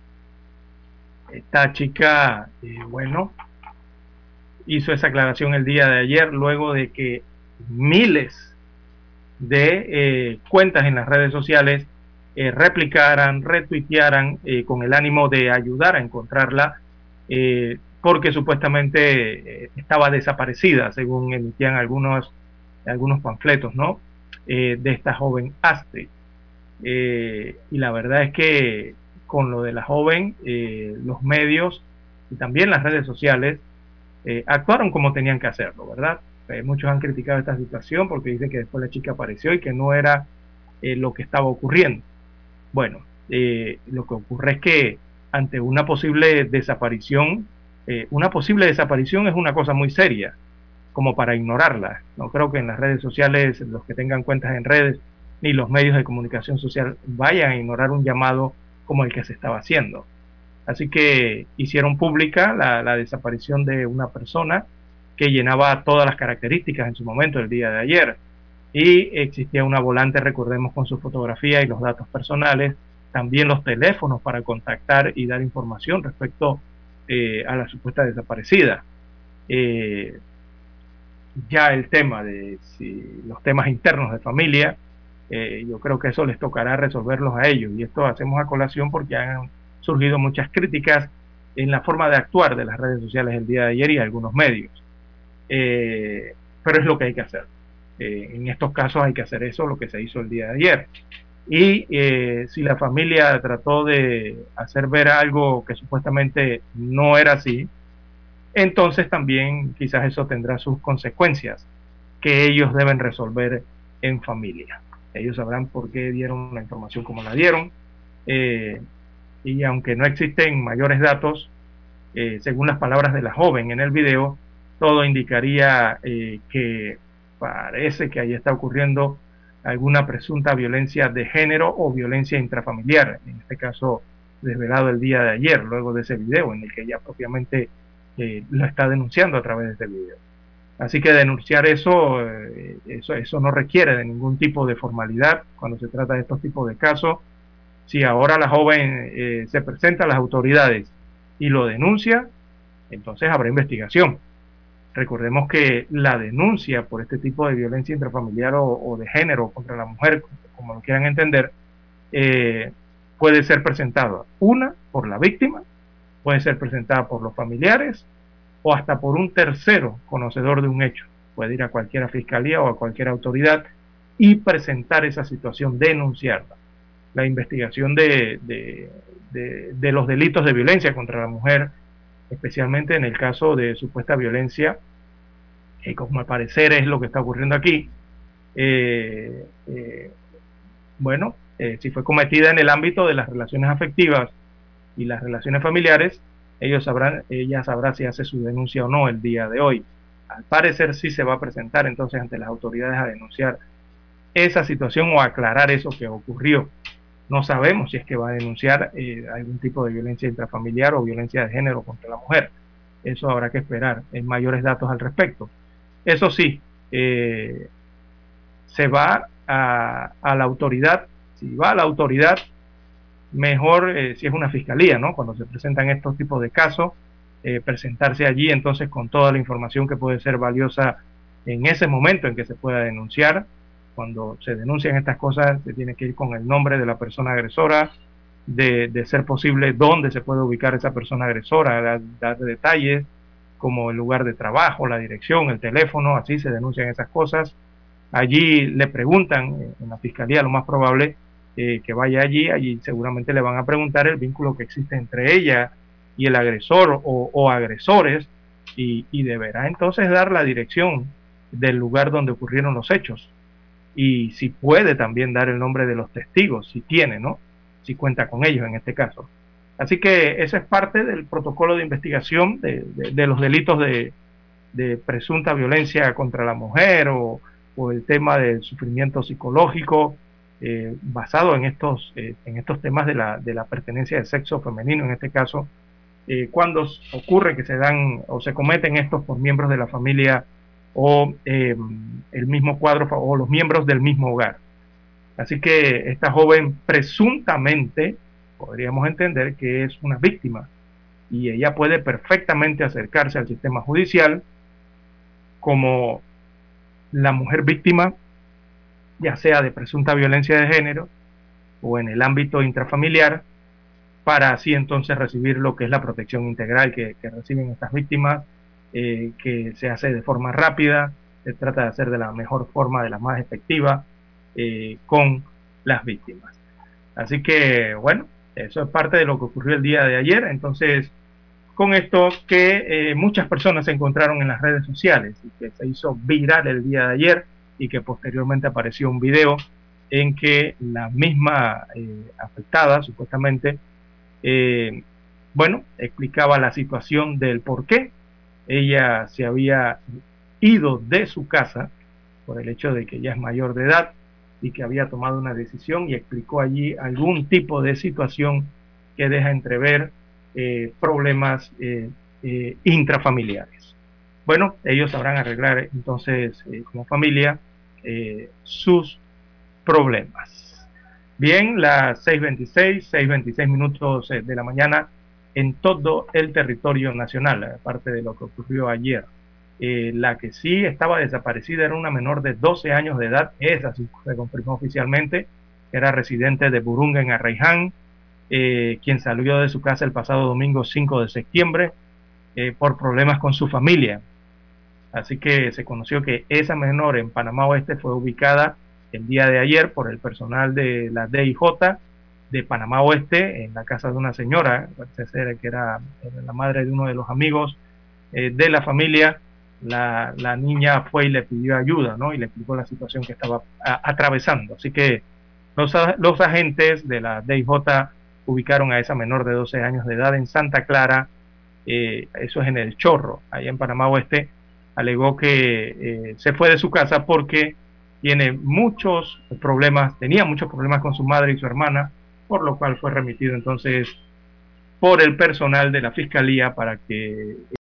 esta chica, bueno, hizo esa aclaración el día de ayer, luego de que miles de cuentas en las redes sociales replicaran, retuitearan con el ánimo de ayudar a encontrarla, porque supuestamente estaba desaparecida, según emitían algunos panfletos, ¿no? De esta joven Astrid. Y la verdad es que con lo de la joven, los medios y también las redes sociales actuaron como tenían que hacerlo, ¿verdad? Muchos han criticado esta situación porque dicen que después la chica apareció y que no era lo que estaba ocurriendo. Bueno, lo que ocurre es que ante una posible desaparición es una cosa muy seria, como para ignorarla. No creo que en las redes sociales, los que tengan cuentas en redes, ni los medios de comunicación social vayan a ignorar un llamado como el que se estaba haciendo. Así que hicieron pública la desaparición de una persona que llenaba todas las características en su momento, el día de ayer. Y existía una volante, recordemos, con su fotografía y los datos personales, también los teléfonos para contactar y dar información respecto a la supuesta desaparecida. Ya el tema de los temas internos de familia, yo creo que eso les tocará resolverlos a ellos, y esto hacemos a colación porque han surgido muchas críticas en la forma de actuar de las redes sociales el día de ayer y algunos medios, pero es lo que hay que hacer. En estos casos hay que hacer eso, lo que se hizo el día de ayer. Y si la familia trató de hacer ver algo que supuestamente no era así, entonces también quizás eso tendrá sus consecuencias que ellos deben resolver en familia. Ellos sabrán por qué dieron la información como la dieron, y aunque no existen mayores datos, según las palabras de la joven en el video, todo indicaría que parece que ahí está ocurriendo alguna presunta violencia de género o violencia intrafamiliar, en este caso desvelado el día de ayer, luego de ese video en el que ella propiamente lo está denunciando a través de este video. Así que denunciar eso no requiere de ningún tipo de formalidad cuando se trata de estos tipos de casos. Si ahora la joven se presenta a las autoridades y lo denuncia, entonces habrá investigación. Recordemos que la denuncia por este tipo de violencia intrafamiliar o de género contra la mujer, como lo quieran entender, puede ser presentada por la víctima, puede ser presentada por los familiares o hasta por un tercero conocedor de un hecho. Puede ir a cualquier fiscalía o a cualquier autoridad y presentar esa situación, denunciarla. La investigación de los delitos de violencia contra la mujer, especialmente en el caso de supuesta violencia, como al parecer es lo que está ocurriendo aquí, si fue cometida en el ámbito de las relaciones afectivas y las relaciones familiares, ella sabrá si hace su denuncia o no el día de hoy. Al parecer sí se va a presentar entonces ante las autoridades a denunciar esa situación o aclarar eso que ocurrió. No sabemos si es que va a denunciar algún tipo de violencia intrafamiliar o violencia de género contra la mujer. Eso habrá que esperar en mayores datos al respecto. Eso sí, se va a la autoridad. Si va a la autoridad, mejor si es una fiscalía, ¿no? Cuando se presentan estos tipos de casos, presentarse allí entonces con toda la información que puede ser valiosa en ese momento en que se pueda denunciar. Cuando se denuncian estas cosas, se tiene que ir con el nombre de la persona agresora, de ser posible dónde se puede ubicar esa persona agresora, dar detalles como el lugar de trabajo, la dirección, el teléfono, así se denuncian esas cosas. Allí le preguntan, en la fiscalía lo más probable, que vaya allí seguramente le van a preguntar el vínculo que existe entre ella y el agresor o agresores, y deberá entonces dar la dirección del lugar donde ocurrieron los hechos, y si puede también dar el nombre de los testigos, si tiene, ¿no? Si cuenta con ellos en este caso. Así que esa es parte del protocolo de investigación de los delitos de presunta violencia contra la mujer o el tema del sufrimiento psicológico, basado en estos temas de la pertenencia del sexo femenino, en este caso, cuando ocurre que se dan o se cometen estos por miembros de la familia o el mismo cuadro o los miembros del mismo hogar. Así que esta joven presuntamente podríamos entender que es una víctima, y ella puede perfectamente acercarse al sistema judicial como la mujer víctima, ya sea de presunta violencia de género o en el ámbito intrafamiliar, para así entonces recibir lo que es la protección integral que reciben estas víctimas, que se hace de forma rápida, se trata de hacer de la mejor forma, de la más efectiva, con las víctimas. Así que bueno, eso es parte de lo que ocurrió el día de ayer. Entonces, con esto que muchas personas se encontraron en las redes sociales y que se hizo viral el día de ayer, y que posteriormente apareció un video en que la misma afectada, supuestamente, explicaba la situación del por qué ella se había ido de su casa por el hecho de que ya es mayor de edad y que había tomado una decisión, y explicó allí algún tipo de situación que deja entrever problemas intrafamiliares. Bueno, ellos sabrán arreglar entonces como familia sus problemas. Bien, las 6:26 minutos de la mañana en todo el territorio nacional, aparte de lo que ocurrió ayer. La que sí estaba desaparecida era una menor de 12 años de edad, esa sí se confirmó oficialmente, era residente de Burunga en Arraiján, quien salió de su casa el pasado domingo 5 de septiembre por problemas con su familia. Así que se conoció que esa menor en Panamá Oeste fue ubicada el día de ayer por el personal de la DIJ de Panamá Oeste en la casa de una señora, parece ser que era la madre de uno de los amigos de la familia. La niña fue y le pidió ayuda, ¿no? Y le explicó la situación que estaba atravesando. Así que los agentes de la DIJ ubicaron a esa menor de 12 años de edad en Santa Clara, eso es en El Chorro, allá en Panamá Oeste. Alegó que se fue de su casa porque tenía muchos problemas con su madre y su hermana, por lo cual fue remitido entonces por el personal de la fiscalía para que